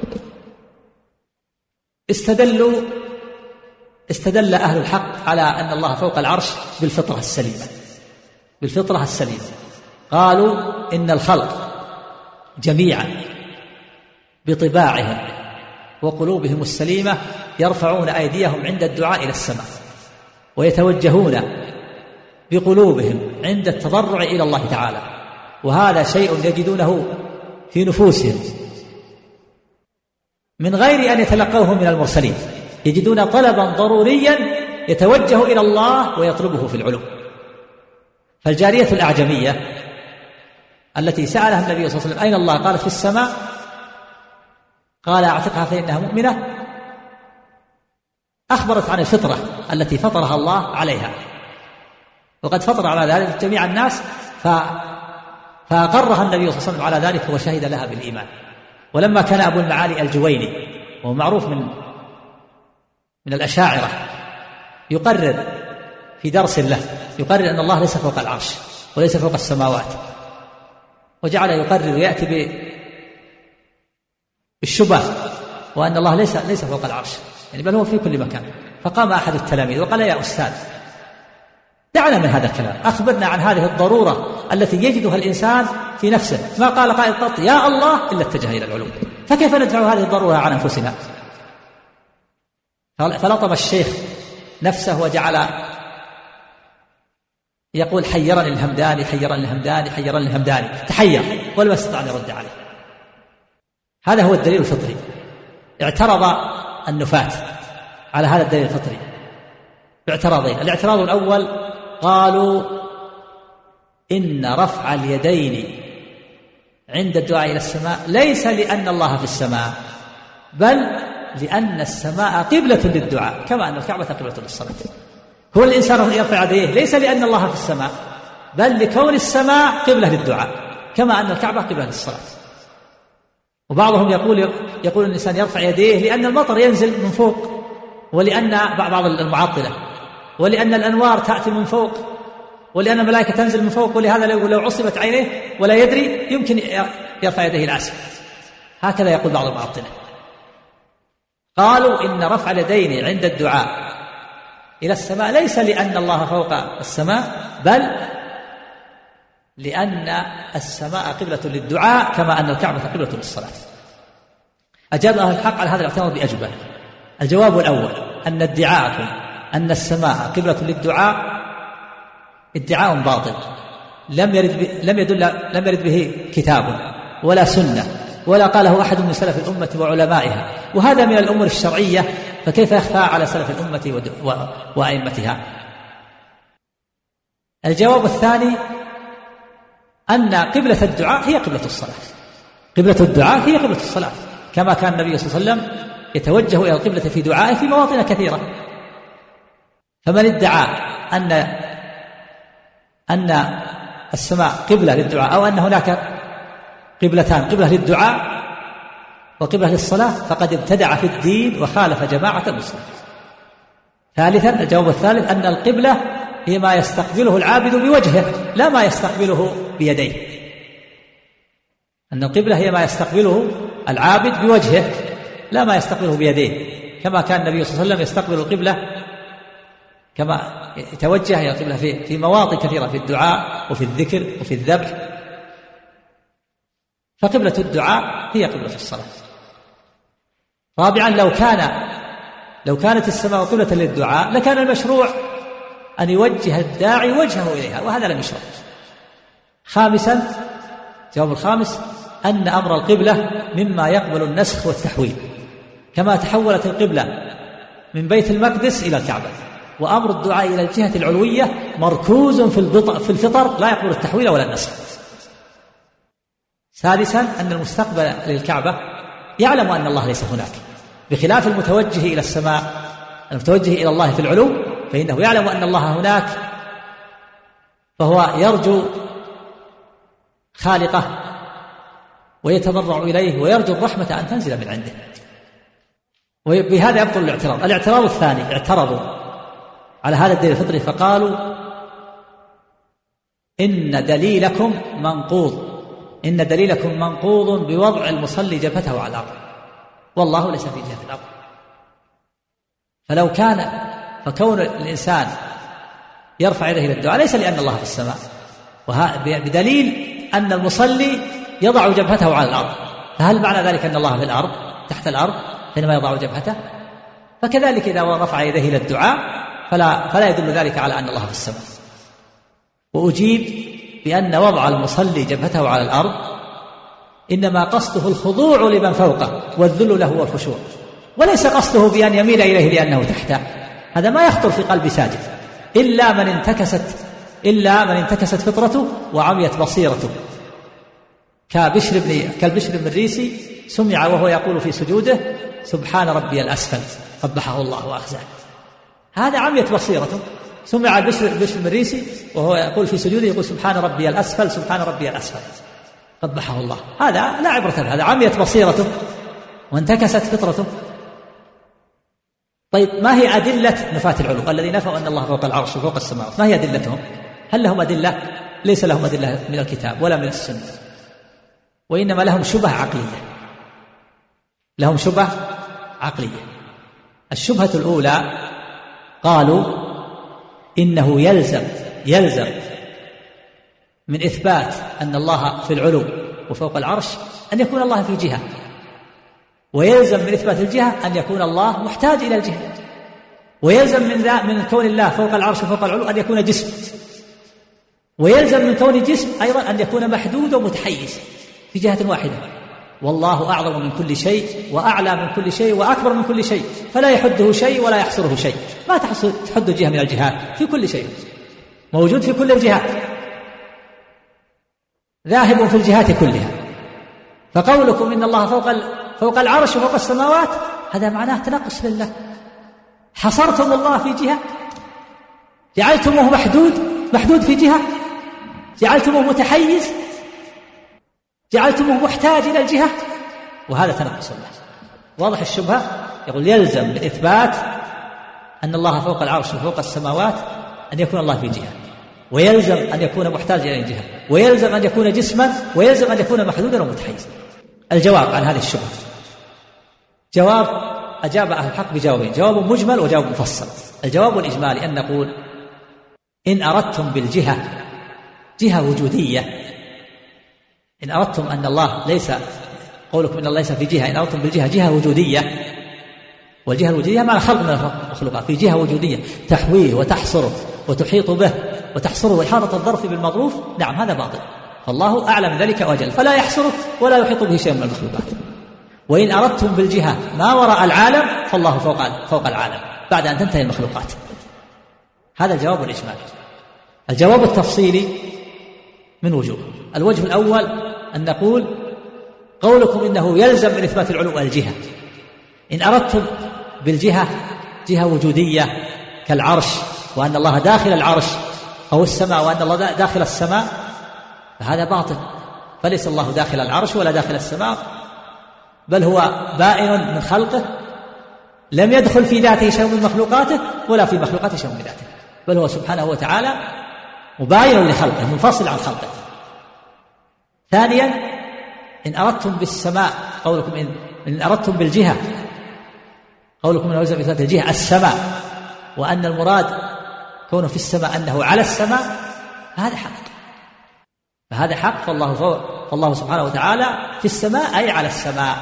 استدل أهل الحق على أن الله فوق العرش بالفطرة السليمة. قالوا إن الخلق جميعا بطباعهم وقلوبهم السليمة يرفعون أيديهم عند الدعاء إلى السماء ويتوجهون بقلوبهم عند التضرع إلى الله تعالى، وهذا شيء يجدونه في نفوسهم من غير أن يتلقوه من المرسلين، يجدون طلبا ضروريا يتوجه إلى الله ويطلبه في العلو. فالجارية الأعجمية التي سألها النبي صلى الله عليه وسلم أين الله؟ قالت في السماء، قال أعتقها فإنها مؤمنة. أخبرت عن الفطرة التي فطرها الله عليها، وقد فطر على ذلك جميع الناس، فأقرها النبي صلى الله عليه وسلم على ذلك وشهد لها بالإيمان. ولما كان أبو المعالي الجويني وهو معروف من الأشاعرة يقرر في درس له يقرر أن الله ليس فوق العرش وليس فوق السماوات، وجعل يقرر ويأتي بالشبه وأن الله ليس فوق العرش يعني بل هو في كل مكان. فقام أحد التلاميذ وقال يا أستاذ دعنا من هذا الكلام، أخبرنا عن هذه الضرورة التي يجدها الإنسان في نفسه. ما قال قائل قط يا الله إلا اتجه إلى العلو، فكيف ندفع هذه الضرورة عن أنفسنا؟ فلطم الشيخ نفسه وجعل يقول حيرني الهمداني تحير ولم يستطع أن يرد عليه. هذا هو الدليل الفطري. اعترض النفاة على هذا الدليل الفطري باعتراضين. الاعتراض الأول قالوا إن رفع اليدين عند الدعاء إلى السماء ليس لأن الله في السماء، بل لأن السماء قبلة للدعاء كما أن الكعبة قبلة للصلاة. هو الإنسان يرفع يديه ليس لأن الله في السماء، بل لكون السماء قبلة للدعاء كما أن الكعبة قبلة للصلاة. وبعضهم يقول الإنسان يرفع يديه لأن المطر ينزل من فوق، ولأن بعض المعطلة ولأن الأنوار تأتي من فوق، ولأن الملائكة تنزل من فوق، ولهذا لو عصبت عينيه ولا يدري يمكن يرفع يديه الأسفل. هكذا يقول بعض المعطلة. قالوا إن رفع اليدين عند الدعاء إلى السماء ليس لأن الله فوق السماء، بل لأن السماء قبلة للدعاء كما أن الكعبة قبلة للصلاة. أجاب أهل الحق على هذا الاعتراض بأجوبة. الجواب الأول أن ادعاءكم أن السماء قبلة للدعاء ادعاء باطل لم يرد به كتاب ولا سنة ولا قاله أحد من سلف الأمة وعلمائها، وهذا من الأمور الشرعية، فكيف يخفى على سلف الأمة وأئمتها؟ الجواب الثاني أن قبلة الدعاء هي قبلة الصلاة. قبلة الدعاء هي قبلة الصلاة، كما كان النبي صلى الله عليه وسلم يتوجه إلى القبلة في دعائه في مواطن كثيرة. فمن ادعى أن السماء قبلة للدعاء أو أن هناك قبلتان، قبلة للدعاء وقبلة للصلاة، فقد ابتدع في الدين وخالف جماعة المسلمين. ثالثا الجواب الثالث أن القبلة هي ما يستقبله العابد بوجهه لا ما يستقبله بيديه. أن القبلة هي ما يستقبله العابد بوجهه لا ما يستقبله بيديه، كما كان النبي صلى الله عليه وسلم يستقبل القبلة كما يتوجه إلى القبلة في مواطن كثيرة في الدعاء وفي الذكر وفي الذبح. فقبلة الدعاء هي قبلة الصلاة. رابعا لو كانت السماء قبلة للدعاء لكان المشروع أن يوجه الداعي وجهه إليها، وهذا لم يشرع. خامسا، جواب الخامس، أن أمر القبلة مما يقبل النسخ والتحويل، كما تحولت القبلة من بيت المقدس إلى الكعبة، وأمر الدعاء إلى الجهة العلوية مركوز في الفطر لا يقبل التحويل ولا النسخ. سادسا، أن المستقبل للكعبة يعلم أن الله ليس هناك، بخلاف المتوجه إلى السماء، المتوجه إلى الله في العلو فإنه يعلم أن الله هناك، فهو يرجو خالقه ويتضرع إليه ويرجو الرحمة أن تنزل من عنده. وبهذا يبطل الاعتراض. الاعتراض الثاني، اعترضوا على هذا الدين الفطري فقالوا إن دليلكم منقوض بوضع المصلي جبهته على الأرض، والله ليس في جهة الأرض. فكون الإنسان يرفع يده إلى الدعاء ليس لأن الله في السماء، بدليل أن المصلي يضع جبهته على الأرض، فهل معنى ذلك أن الله في الأرض تحت الأرض حينما يضع جبهته؟ فكذلك إذا رفع يده إلى الدعاء فلا يدل ذلك على أن الله في السماء. وأجيب بأن وضع المصلي جبهته على الأرض إنما قصده الخضوع لمن فوقه والذل له والخشوع، وليس قصده بأن يميل إليه لأنه تحته، هذا ما يخطر في قلب ساجد إلا من انتكست فطرته وعميت بصيرته، كالبشر بن الريسي سمع وهو يقول في سجوده سبحان ربي الأسفل قبحه الله وأخزاه، هذا عميت بصيرته. سمع البشر بن الريسي وهو يقول في سجوده يقول سبحان ربي الأسفل سبحان ربي الأسفل قبحه الله، هذا لا عبرة به، هذا عميت بصيرته وانتكست فطرته. طيب، ما هي أدلة نفاة العلو الذي نفوا أن الله فوق العرش وفوق السماوات؟ ما هي أدلتهم؟ هل لهم أدلة؟ ليس لهم أدلة من الكتاب ولا من السنة، وإنما لهم شبه عقلية. الشبهة الأولى قالوا إنه يلزم من إثبات أن الله في العلو وفوق العرش أن يكون الله في جهة، ويلزم من إثبات الجهة أن يكون الله محتاج إلى الجهة، ويلزم من كون الله فوق العرش وفوق العلو أن يكون جسم، ويلزم من كون جسم أيضا أن يكون محدود ومتحيز في جهة واحدة. والله أعظم من كل شيء وأعلى من كل شيء وأكبر من كل شيء، فلا يحده شيء ولا يحصره شيء، ما تحد جهة من الجهات، في كل شيء موجود في كل الجهات، ذاهب في الجهات كلها. فقولكم إن الله فوق العرش وفوق السماوات هذا معناه تنقص لله، حصرتم الله في جهة، جعلتموه محدود في جهة، جعلتموه متحيز، جعلتموه محتاج إلى الجهة، وهذا تنقص الله. واضح الشبهة؟ يقول يلزم من إثبات أن الله فوق العرش وفوق السماوات أن يكون الله في جهة، ويلزم أن يكون محتاج إلى الجهة، ويلزم أن يكون جسما، ويلزم أن يكون محدودا ومتحيزا. الجواب عن هذه الشبهة جواب أجاب أهل الحق بجوابين، جواب مجمل وجواب مفصل. الجواب الإجمالي أن نقول إن أردتم بالجهة جهة وجودية، إن أردتم أن الله ليس، قولكم إن الله ليس في جهة، إن أردتم بالجهة جهة وجودية، والجهة الوجودية معنى خلق من المخلوقات، في جهة وجودية تحويه وتحصره وتحيط به وتحصره وإحاطة الظرف بالمظروف، نعم هذا باطل، فالله أعلى من ذلك وأجل، فلا يحصره ولا يحيط به شيء من المخلوقات. وإن أردتم بالجهة ما وراء العالم فالله فوق العالم بعد أن تنتهي المخلوقات. هذا الجواب الإجمالي. الجواب التفصيلي من وجوه. الوجه الأول أن نقول قولكم إنه يلزم من إثبات العلو الجهة، إن أردتم بالجهة جهة وجودية كالعرش وأن الله داخل العرش أو السماء وأن الله داخل السماء، فهذا باطل، فليس الله داخل العرش ولا داخل السماء، بل هو بائن من خلقه، لم يدخل في ذاته شيء من مخلوقاته ولا في مخلوقاته شيء من ذاته، بل هو سبحانه وتعالى مباين لخلقه منفصل عن خلقه. ثانيا، إن أردتم بالسماء قولكم إن أردتم بالجهة قولكم إن يلزم إثبات الجهة السماء، وأن المراد كونه في السماء أنه على السماء، فهذا حق، فالله سبحانه وتعالى في السماء أي على السماء،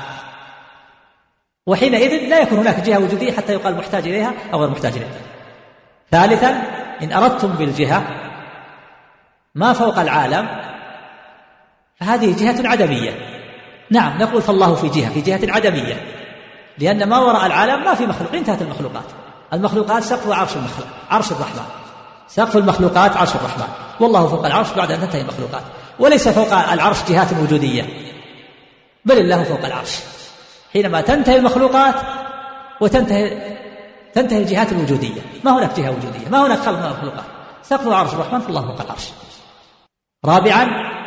وحينئذ لا يكون هناك جهة وجودية حتى يقال محتاج إليها أو غير محتاج إليها. ثالثا، إن أردتم بالجهة ما فوق العالم فهذه جهة عدمية. نعم نقول فالله في جهة عدمية، لأن ما وراء العالم ما في مخلوق، انتهت المخلوقات سقف عرش الرحمن، سقف المخلوقات عرش الرحمن، والله فوق العرش بعد أن تنتهي المخلوقات. وليس فوق العرش جهات وجودية، بل الله فوق العرش حينما تنتهي المخلوقات وتنتهي الجهات الوجودية. ما هناك جهة وجودية، ما هناك خلق من المخلوقات، سقف عرش الرحمن فالله فوق العرش. رابعا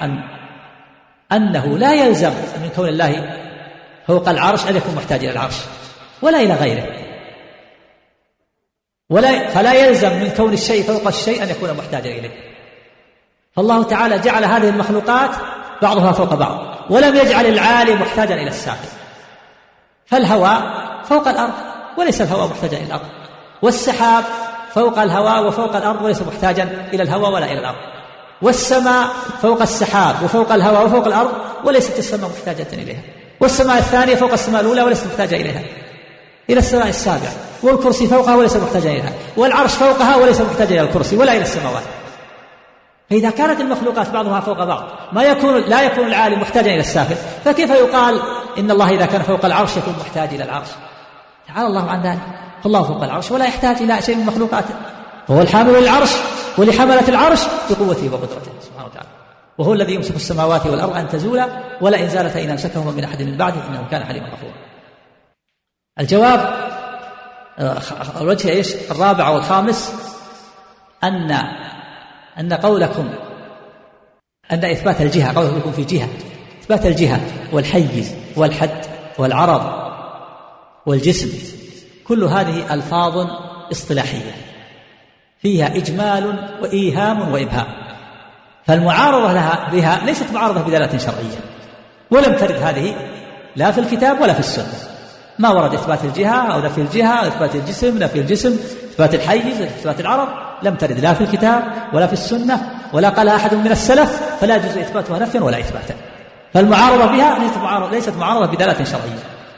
أنه لا يلزم من كون الله فوق العرش أن يكون محتاج إلى العرش ولا إلى غيره، فلا يلزم من كون الشيء فوق الشيء أن يكون محتاجا إليه. فالله تعالى جعل هذه المخلوقات بعضها فوق بعض، ولم يجعل العالي محتاجا إلى السافل. فالهواء فوق الأرض وليس الهواء محتاجا إلى الأرض، والسحاب فوق الهواء وفوق الأرض وليس محتاجا إلى الهواء ولا إلى الأرض، والسماء فوق السحاب وفوق الهواء وفوق الأرض وليست السماء محتاجة إليها، والسماء الثانية فوق السماء الأولى وليست محتاجة إليها إلى السماء السابعة، والكرسي فوقها وليس محتاجا إليها، والعرش فوقها وليس محتاجا إلى الكرسي ولا إلى السماوات. فإذا كانت المخلوقات بعضها فوق بعض لا يكون العالي محتاجا إلى السافل، فكيف يقال إن الله إذا كان فوق العرش يكون محتاج إلى العرش؟ تعالى الله عن ذلك، فالله فوق العرش ولا يحتاج إلى شيء من مخلوقاته، وهو الحامل للعرش ولحملة العرش بقوته وقدرته سبحانه وتعالى، وهو الذي يمسك السماوات والأرض أن تزولا ولئن زالتا إن أمسكهما من أحد من بعده إنه كان حليما غفورا. الجواب الوجه الرابع والخامس أن قولكم أن إثبات الجهة، قولكم في جهة، إثبات الجهة والحيز والحد والعرض والجسم كل هذه ألفاظ اصطلاحية فيها إجمال وإيهام وإبهام، فالمعارضة بها ليست معارضة بدلالة شرعية، ولم ترد هذه لا في الكتاب ولا في السنة. ما ورد إثبات الجهة أو نفي الجهة أو إثبات الجسم نفي الجسم، إثبات الحيز إثبات العرض، لم ترد لا في الكتاب ولا في السنة ولا قال أحد من السلف، فلا يجوز إثباتها نفيا ولا إثباتا. فالمعارضة بها ليست معارضة بدلالة شرعية.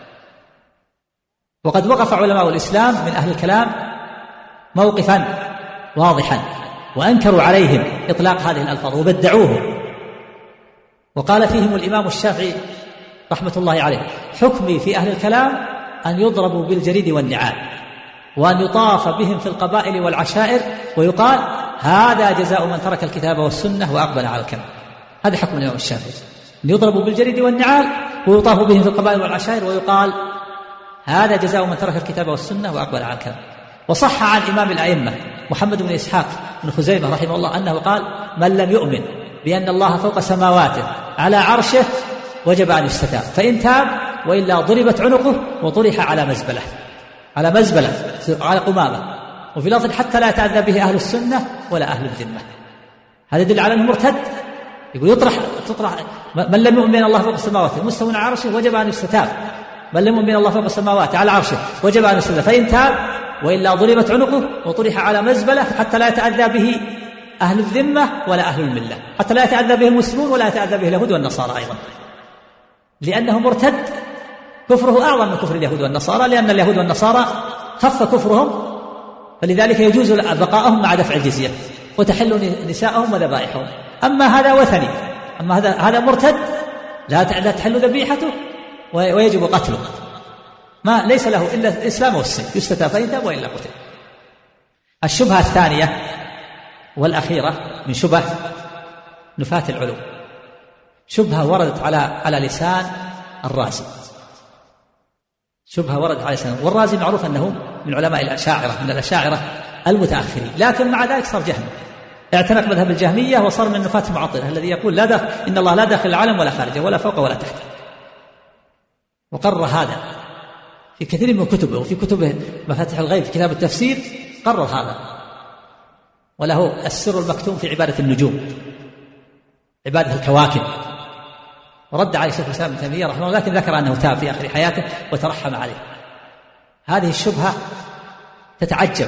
وقد وقف علماء الإسلام من أهل الكلام موقفا واضحا وأنكروا عليهم إطلاق هذه الألفاظ وبدعوه، وقال فيهم الإمام الشافعي رحمة الله عليه: حكمي في أهل الكلام أن يضربوا بالجريد والنعال، وأن يطاف بهم في القبائل والعشائر، ويقال هذا جزاء من ترك الكتاب والسنة وأقبل على الكلام. هذا حكم الإمام الشافعي، أن يضربوا بالجريد والنعال ويطاف بهم في القبائل والعشائر، ويقال هذا جزاء من ترك الكتاب والسنة وأقبل على الكلام. وصح عن إمام الأئمة محمد بن إسحاق بن خزيمة رحمه الله أنه قال: من لم يؤمن بأن الله فوق سماواته على عرشه وجب أن يستتاب، فإن تاب وإلا ضربت عنقه وطرح على مزبلة على قمامة. وفي لفظ: حتى لا يتأذى به أهل السنة ولا أهل الذمة. هذا يدل على أنه مرتد. يقول تطرح من لم يؤمن بأن الله فوق السماوات مستوى على عرشه وجب أن يستتاب، من لم يؤمن بأن الله فوق السماوات على عرشه وجب أن يستتاب، فإن تاب وإلا ضربت عنقه وطرح على مزبلة، حتى لا يتأذى به أهل الذمة ولا أهل الملة، حتى لا يتأذى به المسلمون ولا يتأذى به اليهود والنصارى أيضا، لأنه مرتد. كفره أعظم من كفر اليهود والنصارى، لأن اليهود والنصارى خف كفرهم، فلذلك يجوز بقاءهم مع دفع الجزية وتحل نساءهم وذبائحهم. أما هذا وثني، أما هذا مرتد لا تحل ذبيحته ويجب قتله، ما ليس له إلا الإسلام والسيف، يستتاب فإن تاب وإلا قتل. الشبهة الثانية والأخيرة من شبه نفاة العلو، شبهة وردت على لسان الرازي، شبهة وردت على لسان، والرازي معروف أنه من علماء الأشاعرة، من الأشاعرة المتأخرين، لكن مع ذلك صار جهمي، اعتنق مذهب الجهمية وصار من نفاة المعطلة الذي يقول إن الله لا داخل العالم ولا خارجه ولا فوق ولا تحت. وقرر هذا في كثير من كتبه، وفي كتبه مفاتيح الغيب في كتاب التفسير قرر هذا، وله السر المكتوم في عبادة النجوم، عبادة الكواكب، ورد عليه شيخ الإسلام ابن تيمية رحمه الله، لكن ذكر أنه تاب في آخر حياته وترحم عليه. هذه الشبهة تتعجب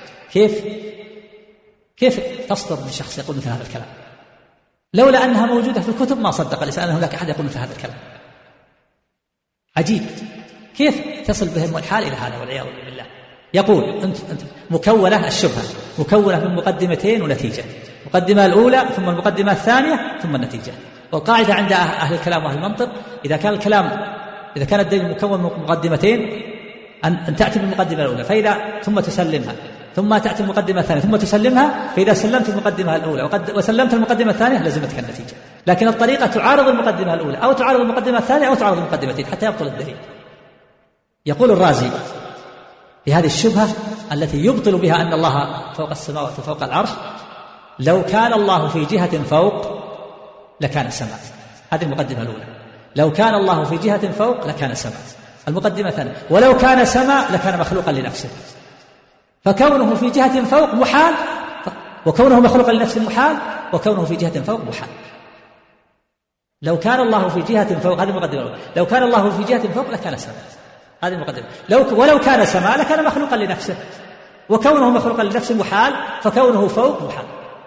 كيف تصدر من شخص يقول مثل هذا الكلام، لولا أنها موجودة في الكتب ما صدق الإنسان أن هناك أحد يقول مثل هذا الكلام. عجيب كيف تصل بهم الحال إلى هذا والعياذ بالله. يقول أنت مكونة الشبهة مكونة من مقدمتين ونتيجة، المقدمة الأولى ثم المقدمة الثانية ثم النتيجة. والقاعدة عند أهل الكلام وأهل المنطق إذا كان الدليل مكون من مقدمتين أن تأتي بالمقدمة الأولى ثم تسلمها، ثم تأتي المقدمة الثانية ثم تسلمها، فإذا سلمت المقدمة الأولى وسلمت المقدمة الثانية لزمتك النتيجة. لكن الطريقة تعارض المقدمة الأولى أو تعارض المقدمة الثانية أو تعارض المقدمتين حتى يبطل الدليل. يقول الرازي في هذه الشبهة التي يبطل بها أن الله فوق السماوات وفوق العرش: لو كان الله في جهة فوق لكان السماء. هذه المقدمة الأولى، لو كان الله في جهة فوق لكان السماء. المقدمة الثانية: ولو كان سماء لكان مخلوقا لنفسه. فكونه في جهة فوق محال، وكونه مخلوقا لنفسه محال، وكونه في جهة فوق محال. لو كان الله في جهة فوق، هذه المقدمة الأولى، لو كان الله في جهة فوق لكان سماء. هذه المقدمة. ولو كان سماء لكان مخلوقا لنفسه، وكونه مخلوقا لنفسه محال، فكونه فوق محال.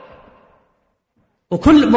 وكل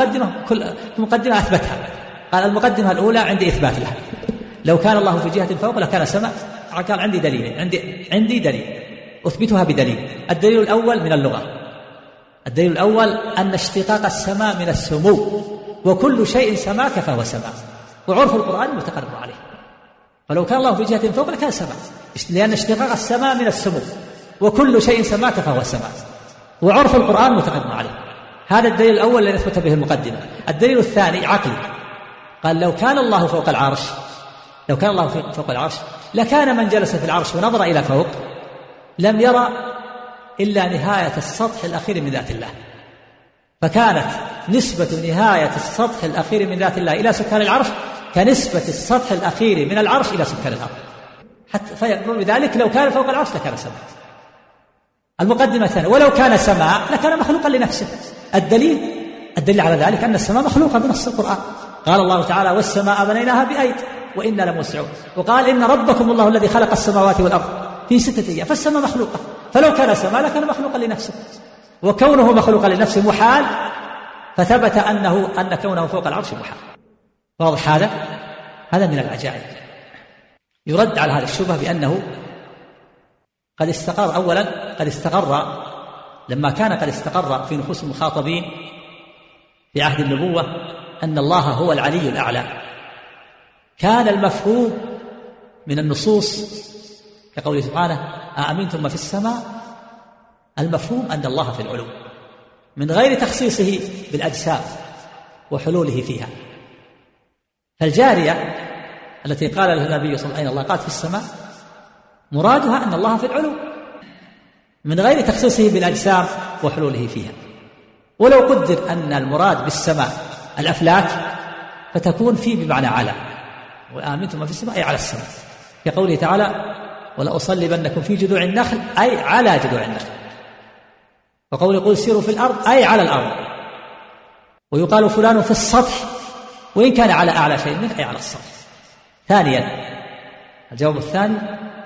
مقدمة أثبتها. قال: المقدمة الأولى عندي إثبات لها، لو كان الله في جهة فوق لكان سماء. قال: عندي دليل، عندي دليل أثبتها بدليل. الدليل الأول من اللغة، الدليل الأول أن اشتقاق السماء من السمو، وكل شيء سماك فهو سماء، وعرف القرآن متقرر عليه. فلو كان الله في جهة فوق لكان سماء، لأن اشتقاق السماء من السمو، وكل شيء سماك فهو سماء، وعرف القرآن متقرر عليه. هذا الدليل الأول الذي أثبت به المقدمة. الدليل الثاني عقلي. قال: لو كان الله فوق العرش، لو كان الله فوق العرش لكان من جلس في العرش ونظر إلى فوق لم يرى إلا نهاية السطح الأخير من ذات الله. فكانت نسبة نهاية السطح الأخير من ذات الله إلى سكان العرش كنسبة السطح الأخير من العرش إلى سكان الأرض. حتى فيقول بذلك: لو كان فوق العرش لكان سماء. المقدمة الثانية: ولو كان سماء لكان مخلوقا لنفسه. الدليل على ذلك أن السماء مخلوقة بنص القرآن. قال الله تعالى: والسماء بنيناها بأيد وإنا لموسعون. وقال: إن ربكم الله الذي خلق السماوات والأرض في 6 أيام. فالسماء مخلوقة، فلو كان سماء لكان مخلوقا لنفسه، وكونه مخلوقا لنفسه محال، فثبت أن كونه فوق العرش محال. واضح هذا من العجائب. يرد على هذا الشبهة بأنه قد استقر، أولا قد استقر لما كان قد استقر في نفوس المخاطبين في عهد النبوة أن الله هو العلي الأعلى، كان المفهوم من النصوص كقوله سبحانه: أأمنتم ما في السماء، المفهوم أن الله في العلو من غير تخصيصه بالأجسام وحلوله فيها. فالجارية التي قال لها النبي صلى الله عليه وسلم: أين الله؟ قالت: في السماء، مرادها أن الله في العلو من غير تخصيصه بالأجسام وحلوله فيها. ولو قدر أن المراد بالسماء الأفلاك فتكون فيه بمعنى على، وآمنتم ما في السماء أي على السماء، كقوله تعالى: ولأصلبنكم في جذوع النخل أي على جذوع النخل. وقوله: قل سيروا في الأرض أي على الأرض. ويقال فلان في السطح وإن كان على أعلى شيء منه أي على السطح. ثانيا، الجواب الثاني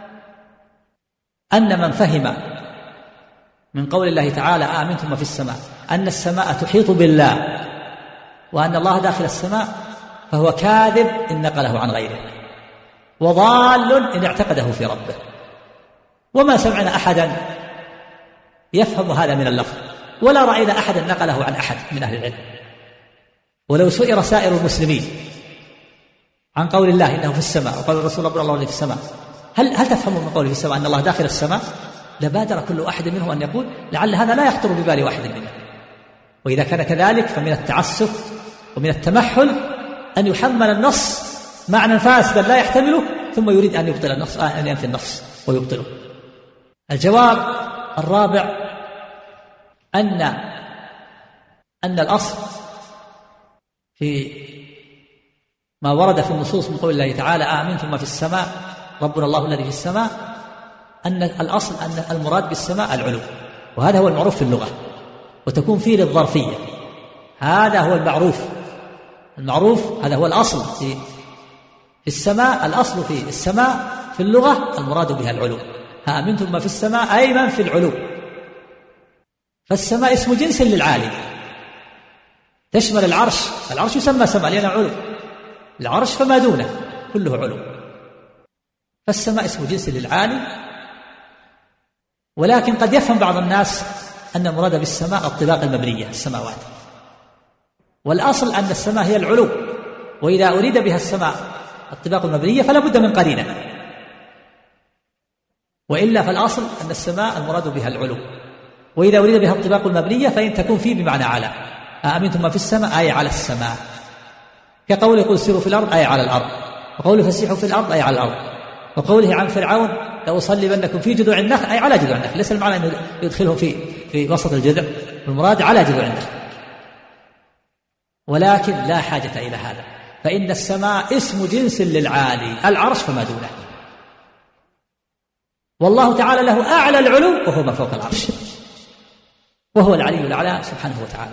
أن من فهم من قول الله تعالى: آمنتم ما في السماء أن السماء تحيط بالله وأن الله داخل السماء، فهو كاذب إن نقله عن غيره، وضال إن اعتقده في ربه. وما سمعنا أحدا يفهم هذا من اللفظ، ولا رأينا أحدا نقله عن أحد من أهل العلم. ولو سئر سائر المسلمين عن قول الله إنه في السماء وقال الرسول ربنا الله في السماء، هل تفهموا من قوله في السماء أن الله داخل السماء؟ لبادر كل واحد منهم أن يقول: لعل هذا لا يخطر ببال واحد منا. وإذا كان كذلك فمن التعسف ومن التمحل أن يحمل النص معنى فاسدا لا يحتمله ثم يريد أن يبطل النص، أن ينفي النص ويبطله. الجواب الرابع أن الأصل في ما ورد في النصوص من قول الله تعالى: آمنتم ما في السماء ربنا الله الذي في السماء، أن الأصل أن المراد بالسماء العلو، وهذا هو المعروف في اللغة، وتكون فيه للظرفية. هذا هو المعروف، هذا هو الأصل في السماء. الأصل في السماء في اللغة المراد بها العلو. آمنتم ما في السماء أي من في العلو. فالسماء اسم جنس للعالي، تشمل العرش يسمى سماء لأنه علو، العرش فما دونه كله علو. فالسماء اسم جنس للعالي، ولكن قد يفهم بعض الناس أن المراد بالسماء الطباق المبنية السماوات، والأصل أن السماء هي العلو، وإذا أريد بها السماء الطباق المبنية فلا بد من قرينة، وإلا فالأصل أن السماء المراد بها العلو، وإذا أريد بها الطباق المبنية فإن تكون فيه بمعنى على. أأمنتم من في السماء أي على السماء، كقوله قل سيروا في الأرض أي على الأرض، وقوله فسيحوا في الأرض أي على الأرض، وقوله عن فرعون لأصلبنكم في جذوع النخل أي على جذوع النخل، ليس المعنى أنه يدخلهم في وسط الجذع، المراد على جذوع النخل. ولكن لا حاجة إلى هذا، فإن السماء اسم جنس للعالي، العرش فما دونه، والله تعالى له أعلى العلو وهو ما فوق العرش، وهو العلي الأعلى سبحانه وتعالى.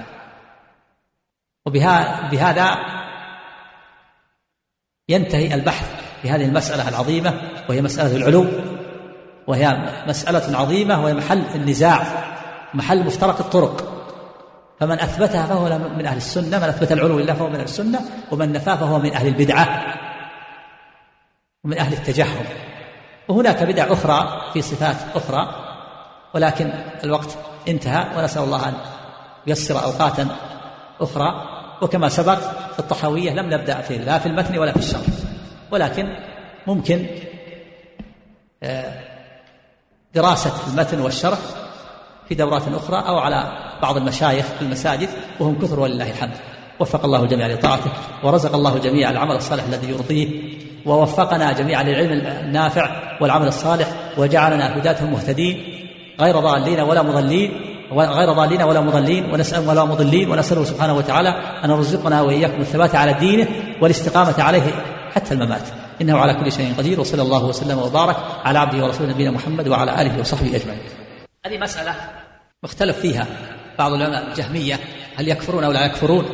وبهذا ينتهي البحث في هذه المسألة العظيمة، وهي مسألة العلو، وهي مسألة عظيمة، وهي محل النزاع، محل مفترق الطرق. فمن أثبتها فهو من أهل السنة، من أثبت العلو لله فهو من أهل السنة، ومن نفاه فهو من أهل البدعة ومن أهل التجهم. وهناك بدع أخرى في صفات أخرى، ولكن الوقت انتهى، ونسأل الله أن ييسر أوقاتا أخرى. وكما سبق في الطحاوية لم نبدأ لا في المتن ولا في الشرح، ولكن ممكن دراسة المتن والشرح في دورات أخرى أو على بعض المشايخ في المساجد، وهم كثر ولله الحمد. وفق الله الجميع لطاعته، ورزق الله جميع العمل الصالح الذي يرضيه، ووفقنا جميعا للعلم النافع والعمل الصالح، وجعلنا هداة مهتدين غير ضالين ولا مضلين، ونسأله سبحانه وتعالى أن يرزقنا وإياكم الثبات على دينه والاستقامة عليه حتى الممات، إنه على كل شيء قدير. وصلى الله وسلم وبارك على عبده ورسوله نبينا محمد وعلى آله وصحبه أجمعين. هذه مسألة مختلف فيها بعض العلماء الجهمية، هل يكفرون أو لا يكفرون؟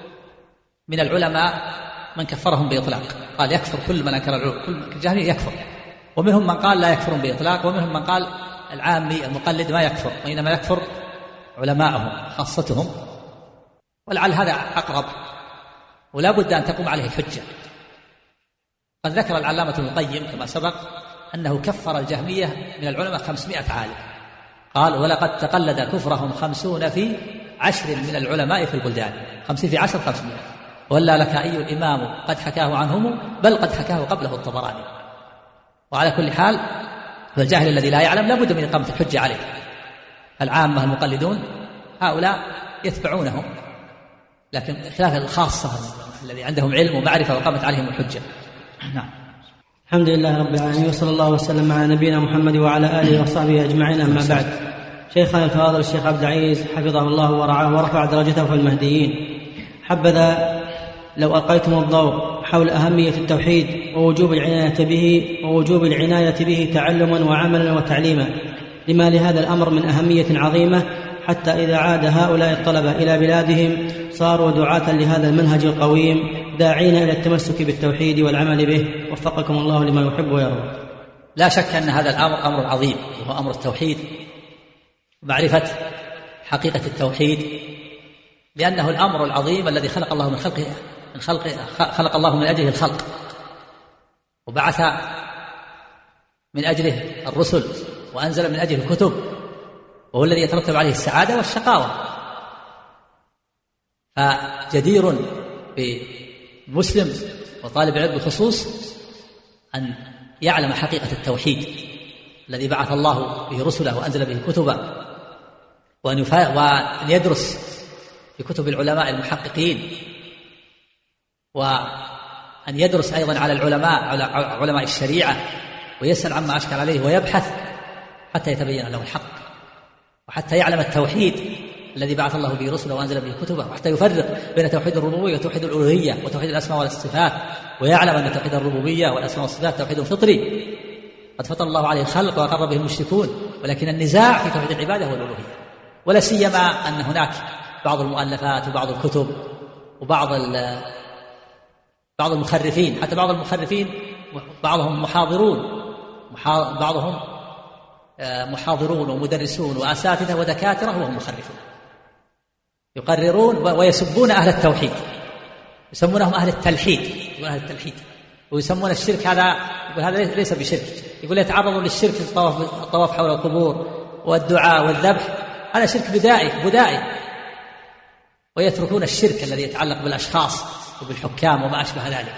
من العلماء من كفرهم بإطلاق، قال يكفر كل من أنكر العلو، كل الجهمية يكفر، ومنهم من قال لا يكفرون بإطلاق، ومنهم من قال العامي المقلد ما يكفر، وإنما يكفر علماءهم خاصتهم. ولعل هذا أقرب، ولا بد أن تقوم عليه الحجة. قد ذكر العلامة ابن القيم كما سبق أنه كفر الجهمية من العلماء 500 عالم، قال ولقد تقلد كفرهم 50 في 10 من العلماء في البلدان، 50 في 10 500. ولا لك أي الإمام قد حكاه عنهم، بل قد حكاه قبله الطبراني. وعلى كل حال فالجاهل الذي لا يعلم لا بد من إقامة الحجة عليه. العامة المقلدون هؤلاء يتبعونهم، لكن خلاف الخاصة الذي عندهم علم ومعرفة وقامت عليهم الحجة. نعم. الحمد لله رب العالمين، وصلى الله وسلم على نبينا محمد وعلى آله وصحبه أجمعين. أما بعد، شيخنا الفاضل الشيخ عبد العزيز حفظه الله ورعاه ورفع درجته في المهديين، حبذا لو ألقيتم الضوء حول أهمية التوحيد ووجوب العناية به تعلما وعملا وتعليما، لما لهذا الأمر من أهمية عظيمة، حتى إذا عاد هؤلاء الطلبة إلى بلادهم صاروا دعاة لهذا المنهج القويم، داعين إلى التمسك بالتوحيد والعمل به. وفقكم الله لما يحب ويرضى. لا شك أن هذا الأمر أمر عظيم، وهو أمر التوحيد، معرفة حقيقة التوحيد، لأنه الأمر العظيم الذي خلق الله خلق الله من أجله الخلق، وبعث من أجله الرسل، وأنزل من أجله الكتب، وهو الذي يترتب عليه السعادة والشقاوة. فجدير بمسلم وطالب علم بالخصوص أن يعلم حقيقة التوحيد الذي بعث الله به رسله وأنزل به كتبا، وأن يدرس في كتب العلماء المحققين، وأن يدرس أيضا على علماء الشريعة، ويسأل عما أشكل عليه ويبحث حتى يتبين له الحق، وحتى يعلم التوحيد الذي بعث الله به رسله وأنزل به كتبه، وحتى يفرق بين توحيد الربوبية وتوحيد الألوهية وتوحيد الأسماء والصفات، ويعلم أن توحيد الربوبية والأسماء والصفات توحيد فطري قد فطر الله عليه الخلق وأقر به المشركون، ولكن النزاع في توحيد العبادة والألوهية. ولا سيما أن هناك بعض المؤلفات وبعض الكتب وبعض المخرفين، حتى بعض المخرفين بعضهم محاضرون ومدرسون وأساتذة ودكاترة وهم مخرفون، يقررون ويسبون أهل التوحيد، يسمونهم أهل التلحيد، ويسمون الشرك هذا، يقول هذا ليس بشرك، يقول يتعرضون للشرك في الطواف حول القبور والدعاء والذبح هذا شرك بدائي، ويتركون الشرك الذي يتعلق بالأشخاص وبالحكام وما أشبه ذلك.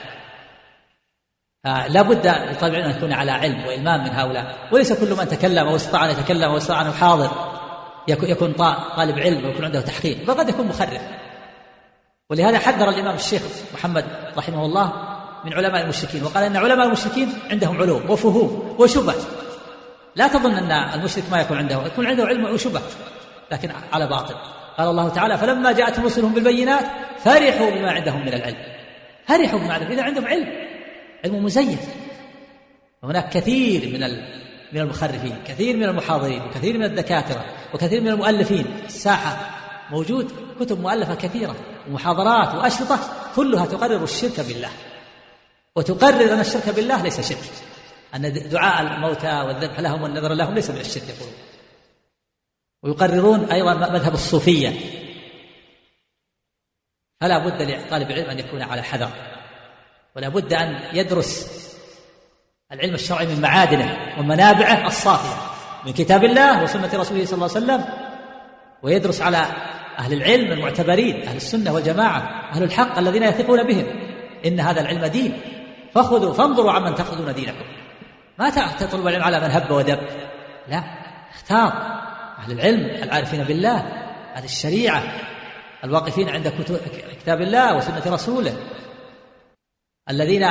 لا بد لطالب العلم أن يكون على علم وإلمام من هؤلاء، وليس كل من تكلم واستطاع أن يتكلم واستطاع أن يحاضر يكون طالب علم ويكون عنده تحقيق، فقد يكون مخرف. ولهذا حذر الإمام الشيخ محمد رحمه الله من علماء المشركين، وقال إن علماء المشركين عندهم علوم وفهوم وشبه. لا تظن أن المشرك ما يكون عنده علم وشبه، لكن على باطل. قال الله تعالى: فلما جاءتهم رسلهم بالبينات فرحوا بما عندهم من العلم. فرحوا بما عندهم، إذا عندهم علم مزيف. وهناك كثير من المخرفين، كثير من المحاضرين، وكثير من الدكاترة، وكثير من المؤلفين. الساحة موجود كتب مؤلفة كثيرة ومحاضرات وأشرطة كلها تقرر الشرك بالله، وتقرر أن الشرك بالله ليس شرك، أن دعاء الموتى والذبح لهم والنذر لهم ليس من الشرك يقولون. ويقررون أيضا مذهب الصوفية. فلا بد لطالب العلم أن يكون على حذر، ولا بد أن يدرس العلم الشرعي من معادنه ومنابعه الصافية من كتاب الله وسنة رسوله صلى الله عليه وسلم، ويدرس على أهل العلم المعتبرين، أهل السنة والجماعة، أهل الحق الذين يثقون بهم. إن هذا العلم دين، فانظروا عمن تأخذون دينكم. ما تطلب العلم على من هب ودب، لا، اختار أهل العلم العارفين بالله، أهل الشريعة الواقفين عند كتاب الله وسنة رسوله، الذين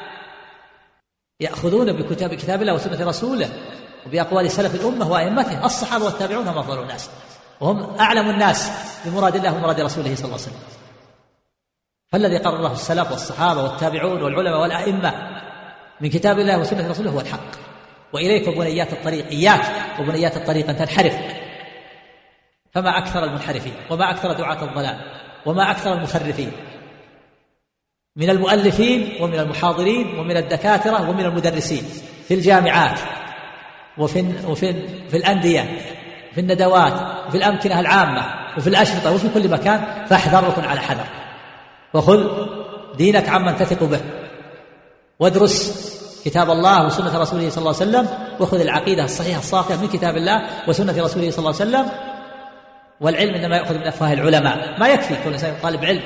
يأخذون بكتاب الله وسنة رسوله وبأقوال سلف الأمة وأئمته. الصحابة والتابعون هم أفضل الناس، وهم أعلم الناس بمراد الله ومراد رسوله صلى الله عليه وسلم. فالذي قرره السلف والصحابة والتابعون والعلماء والأئمة من كتاب الله وسنة رسوله هو الحق. وإليك وبنيات الطريق، إياك وبنيات الطريق أن تنحرف. فما أكثر المنحرفين، وما أكثر دعاة الضلال، وما أكثر المخرفين من المؤلفين ومن المحاضرين ومن الدكاترة ومن المدرسين في الجامعات وفي الأندية، في الندوات، وفي الأمكنة العامة، وفي الأشرطة، وفي كل مكان. فاحذر وكن على حذر، وخذ دينك عمن تثق به، وادرس كتاب الله وسنة رسوله صلى الله عليه وسلم، وخذ العقيدة الصحيحة الصافية من كتاب الله وسنة رسوله صلى الله عليه وسلم. والعلم إنما يأخذ من أفواه العلماء. ما يكفي كل إنسان طالب علم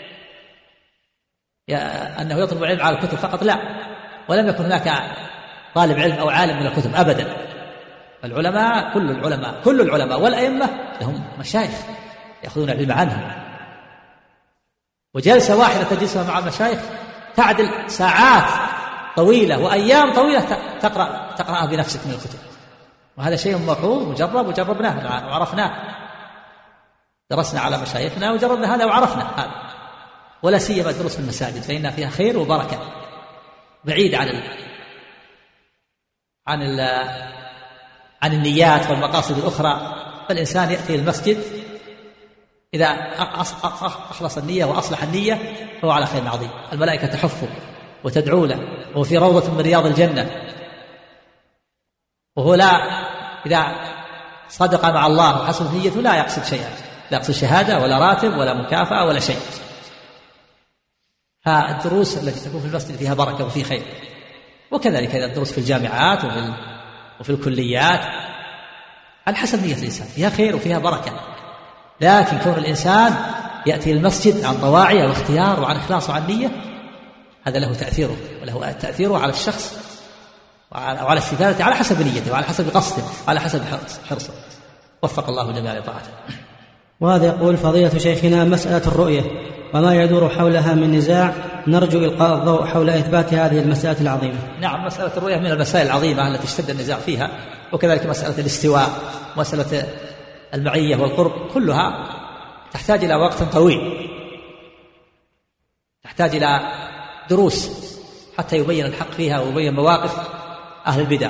أنه يطلب العلم على الكتب فقط، لا، ولم يكن هناك طالب علم أو عالم من الكتب أبدا. العلماء كل العلماء والأئمة لهم مشايخ يأخذون العلم عنهم، وجلسة واحدة تجلسها مع المشايخ تعدل ساعات طويلة وأيام طويلة تقرأها بنفسك من الكتب. وهذا شيء ملحوظ مجرب وجربناه وعرفناه، درسنا على مشايخنا وجربنا هذا وعرفنا هذا. ولا سيما الدروس في المساجد فإن فيها خير وبركة، بعيد عن النيات والمقاصد الأخرى. فالإنسان يأتي المسجد إذا أخلص النية وأصلح النية فهو على خير عظيم. الملائكة تحفه وتدعو له، وهو في روضة من رياض الجنة. وهو إذا صدق مع الله وحسن نيته لا يقصد شيئا، لا يقصد شهادة ولا راتب ولا مكافأة ولا شيء. فالدروس التي تكون في المسجد فيها بركة وفي خير. وكذلك إذا الدروس في الجامعات وفي الكليات على حسب نية الإنسان فيها خير وفيها بركة. لكن كون الإنسان يأتي المسجد عن طواعية واختيار وعن إخلاص وعن نية، هذا له تأثيره، وله تأثيره على الشخص وعلى استفادته على حسب نيته وعلى حسب قصده وعلى حسب حرصه. وفق الله جميع لطاعته. وهذا يقول: فضيلة شيخنا، مسألة الرؤية وما يدور حولها من نزاع، نرجو إلقاء الضوء حول إثبات هذه المسألة العظيمة. نعم، مسألة الرؤية من المسائل العظيمة التي اشتد النزاع فيها، وكذلك مسألة الاستواء ومسألة المعية والقرب، كلها تحتاج إلى وقت طويل، تحتاج إلى دروس حتى يبين الحق فيها ويبين مواقف أهل البدع.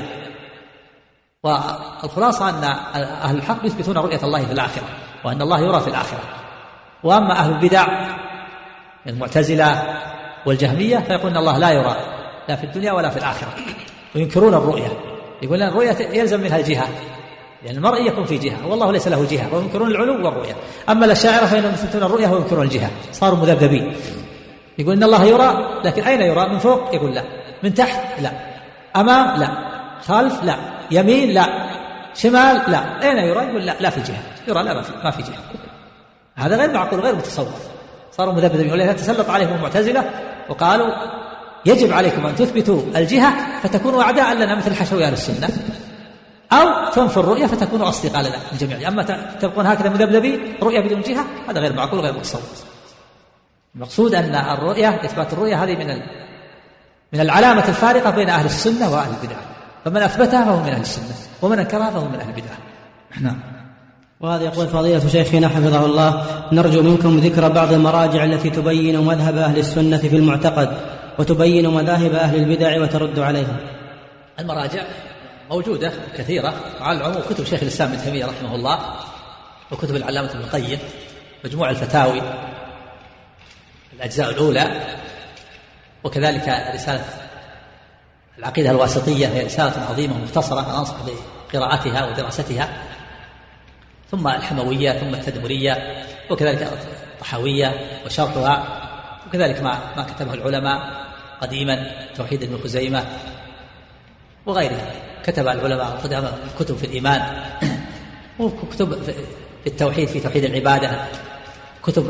والخلاصة أن أهل الحق يثبتون رؤية الله في الآخرة، وأن الله يرى في الآخرة. وأما أهل البدع المعتزلة والجهمية فيقول أن الله لا يرى لا في الدنيا ولا في الآخرة، وينكرون الرؤية، يقول أن الرؤية يلزم منها الجهة، لأن المرء يكون في جهة والله ليس له جهة، وينكرون العلو والرؤية. أما الأشاعرة فإنهم يثبتون الرؤية وينكرون الجهة، صاروا مذبذبين. يقول إن الله يرى، لكن أين يرى؟ من فوق؟ يقول لا. من تحت؟ لا. أمام؟ لا. خلف؟ لا. يمين؟ لا. شمال لا، أين يرى؟ يقول لا في جهة، يرى لا ما في جهة. هذا غير معقول غير متصور. صاروا مذبذبين، ولذلك تسلط عليهم المعتزلة وقالوا يجب عليكم أن تثبتوا الجهة فتكونوا أعداء لنا مثل حشوي أهل السنة، أو تنفوا الرؤية فتكونوا أصدقاء لنا الجميع. أما تبقون هكذا مذبذبين رؤية بدون جهة، هذا غير معقول غير متصور. المقصود أن الرؤية، إثبات الرؤية هذه من العلامة الفارقة بين أهل السنة وأهل البدع، فمن أثبتها فهو من أهل السنة، ومن أنكرها فهو من أهل البدع. نعم. وهذا يقول فضيلة شيخنا حفظه الله: نرجو منكم ذكر بعض المراجع التي تبين مذهب أهل السنة في المعتقد وتبين مذاهب أهل البدع وترد عليها. المراجع موجودة كثيرة، وعلى العموم كتب شيخ الإسلام ابن تيمية رحمه الله، وكتب العلامة ابن القيم، مجموع الفتاوي الأجزاء الأولى، وكذلك رسالة العقيدة الواسطية، هي رسالة عظيمة مختصرة أنصح بقراءتها ودراستها، ثم الحموية، ثم التدمرية، وكذلك الطحاوية وشرحها، وكذلك ما كتبه العلماء قديما، توحيد ابن خزيمة وغيرها. كتب العلماء القدامى كتب في الإيمان، وكتب في التوحيد، في توحيد العبادة، كتب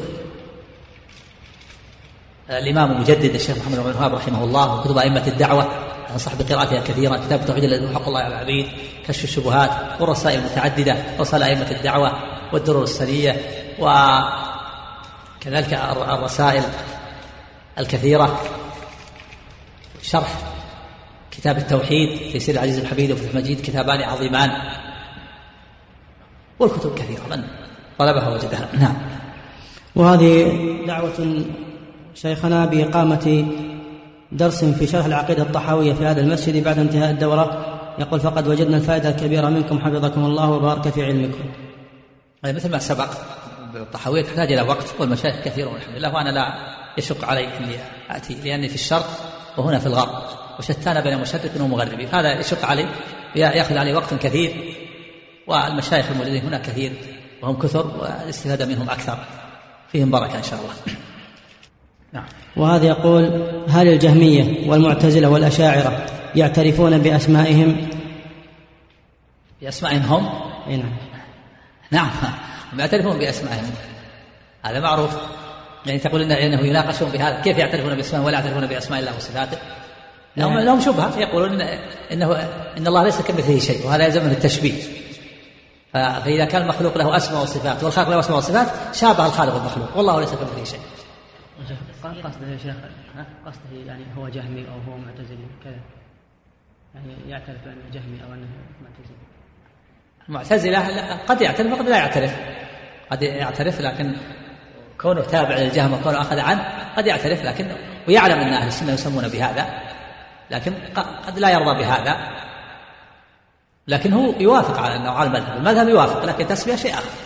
الإمام المجدد الشيخ محمد بن الوهاب رحمه الله، وكتب أئمة الدعوة أنصح بقراءتها كثيرا، كتاب التوحيد الذي حق الله على العبيد، كشف الشبهات، والرسائل المتعددة، رسائل أئمة الدعوة، والدرر السرية، وكذلك الرسائل الكثيرة، شرح كتاب التوحيد في سير العزيز الحميد وفتح المجيد، كتابان عظيمان، والكتب كثيرة من طلبها وجدها. نعم. وهذه دعوة شيخنا بإقامة درس في شرح العقيدة الطحاوية في هذا المسجد بعد انتهاء الدورة. يقول: فقد وجدنا الفائدة الكبيرة منكم حفظكم الله وبارك في علمكم. مثل ما سبق، الطحاوية تحتاج إلى وقت، والمشايخ كثيرون والحمد لله، وأنا لا يشق علي أني آتي، لأني في الشرق وهنا في الغرب، وشتان بين مشرق ومغربي، هذا يشق علي، يأخذ علي وقت كثير، والمشايخ الموجودين هنا كثير وهم كثر، والاستفادة منهم أكثر، فيهم بركة إن شاء الله. نعم. وهذا يقول: هل الجهمية والمعتزلة والأشاعرة يعترفون بأسمائهم؟ بأسمائهم هم؟ نعم، هم يعترفون بأسمائهم، هذا معروف. يعني تقول إنه يناقشون بهذا، كيف يعترفون بأسمائهم ولا يعترفون بأسماء الله وصفاته؟ لهم شبهة، يقولون إن الله ليس كمثله شيء، وهذا يلزم من التشبيه. فإذا كان المخلوق له أسماء وصفات والخالق له أسماء وصفات، شابه الخالق والمخلوق، والله ليس كمثله شيء. قصده يا شيخ، قصده يعني هو جهمي أو هو معتزلي كذا، يعني يعترف بأنه جهمي أو أنه معتزلي. المعتزلة قد يعترف وقد لا يعترف، قد يعترف لكن كونه تابع للجهم وكونه أخذ عنه قد يعترف، لكن ويعلم أن أهل السنة يسمون بهذا، لكن قد لا يرضى بهذا، لكن هو يوافق على أنه على المذهب يوافق، لكن تسمية شيء آخر.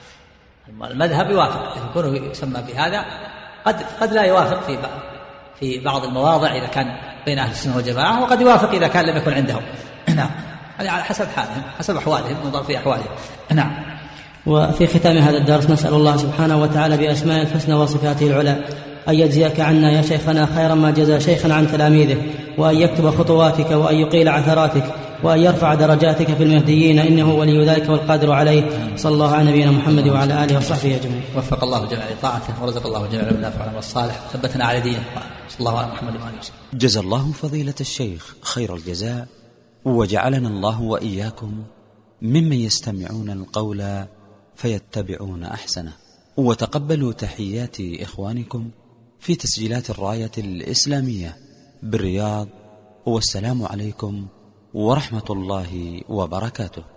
المذهب يوافق، لكن كونه يسمى بهذا قد لا يوافق في بعض المواضع إذا كان بين أهل السنة والجماعة، وقد يوافق إذا كان لم يكن عندهم. نعم، هذا على حسب حالهم، حسب أحوالهم، نظر في أحوالهم. نعم. وفي ختام هذا الدرس نسأل الله سبحانه وتعالى بأسماء الحسنى وصفاته العلى أن يجزيك عنا يا شيخنا خيرا ما جزى شيخا عن تلاميذه، وأن يكتب خطواتك، وأن يقيل عثراتك، وأن يرفع درجاتك في المهديين، إنه ولي ذلك والقادر عليه. صلى الله على نبينا محمد وعلى آله وصحبه أجمعين. وفق الله جميع لطاعته، ورزق الله جميع من نافع والصالح، ثبتنا على دينه. صلى الله على محمد وآله وسلم. جزا الله فضيلة الشيخ خير الجزاء، وجعلنا الله وإياكم ممن يستمعون القول فيتبعون أحسنه. وتقبلوا تحيات إخوانكم في تسجيلات الراية الإسلامية بالرياض، والسلام عليكم ورحمة الله وبركاته.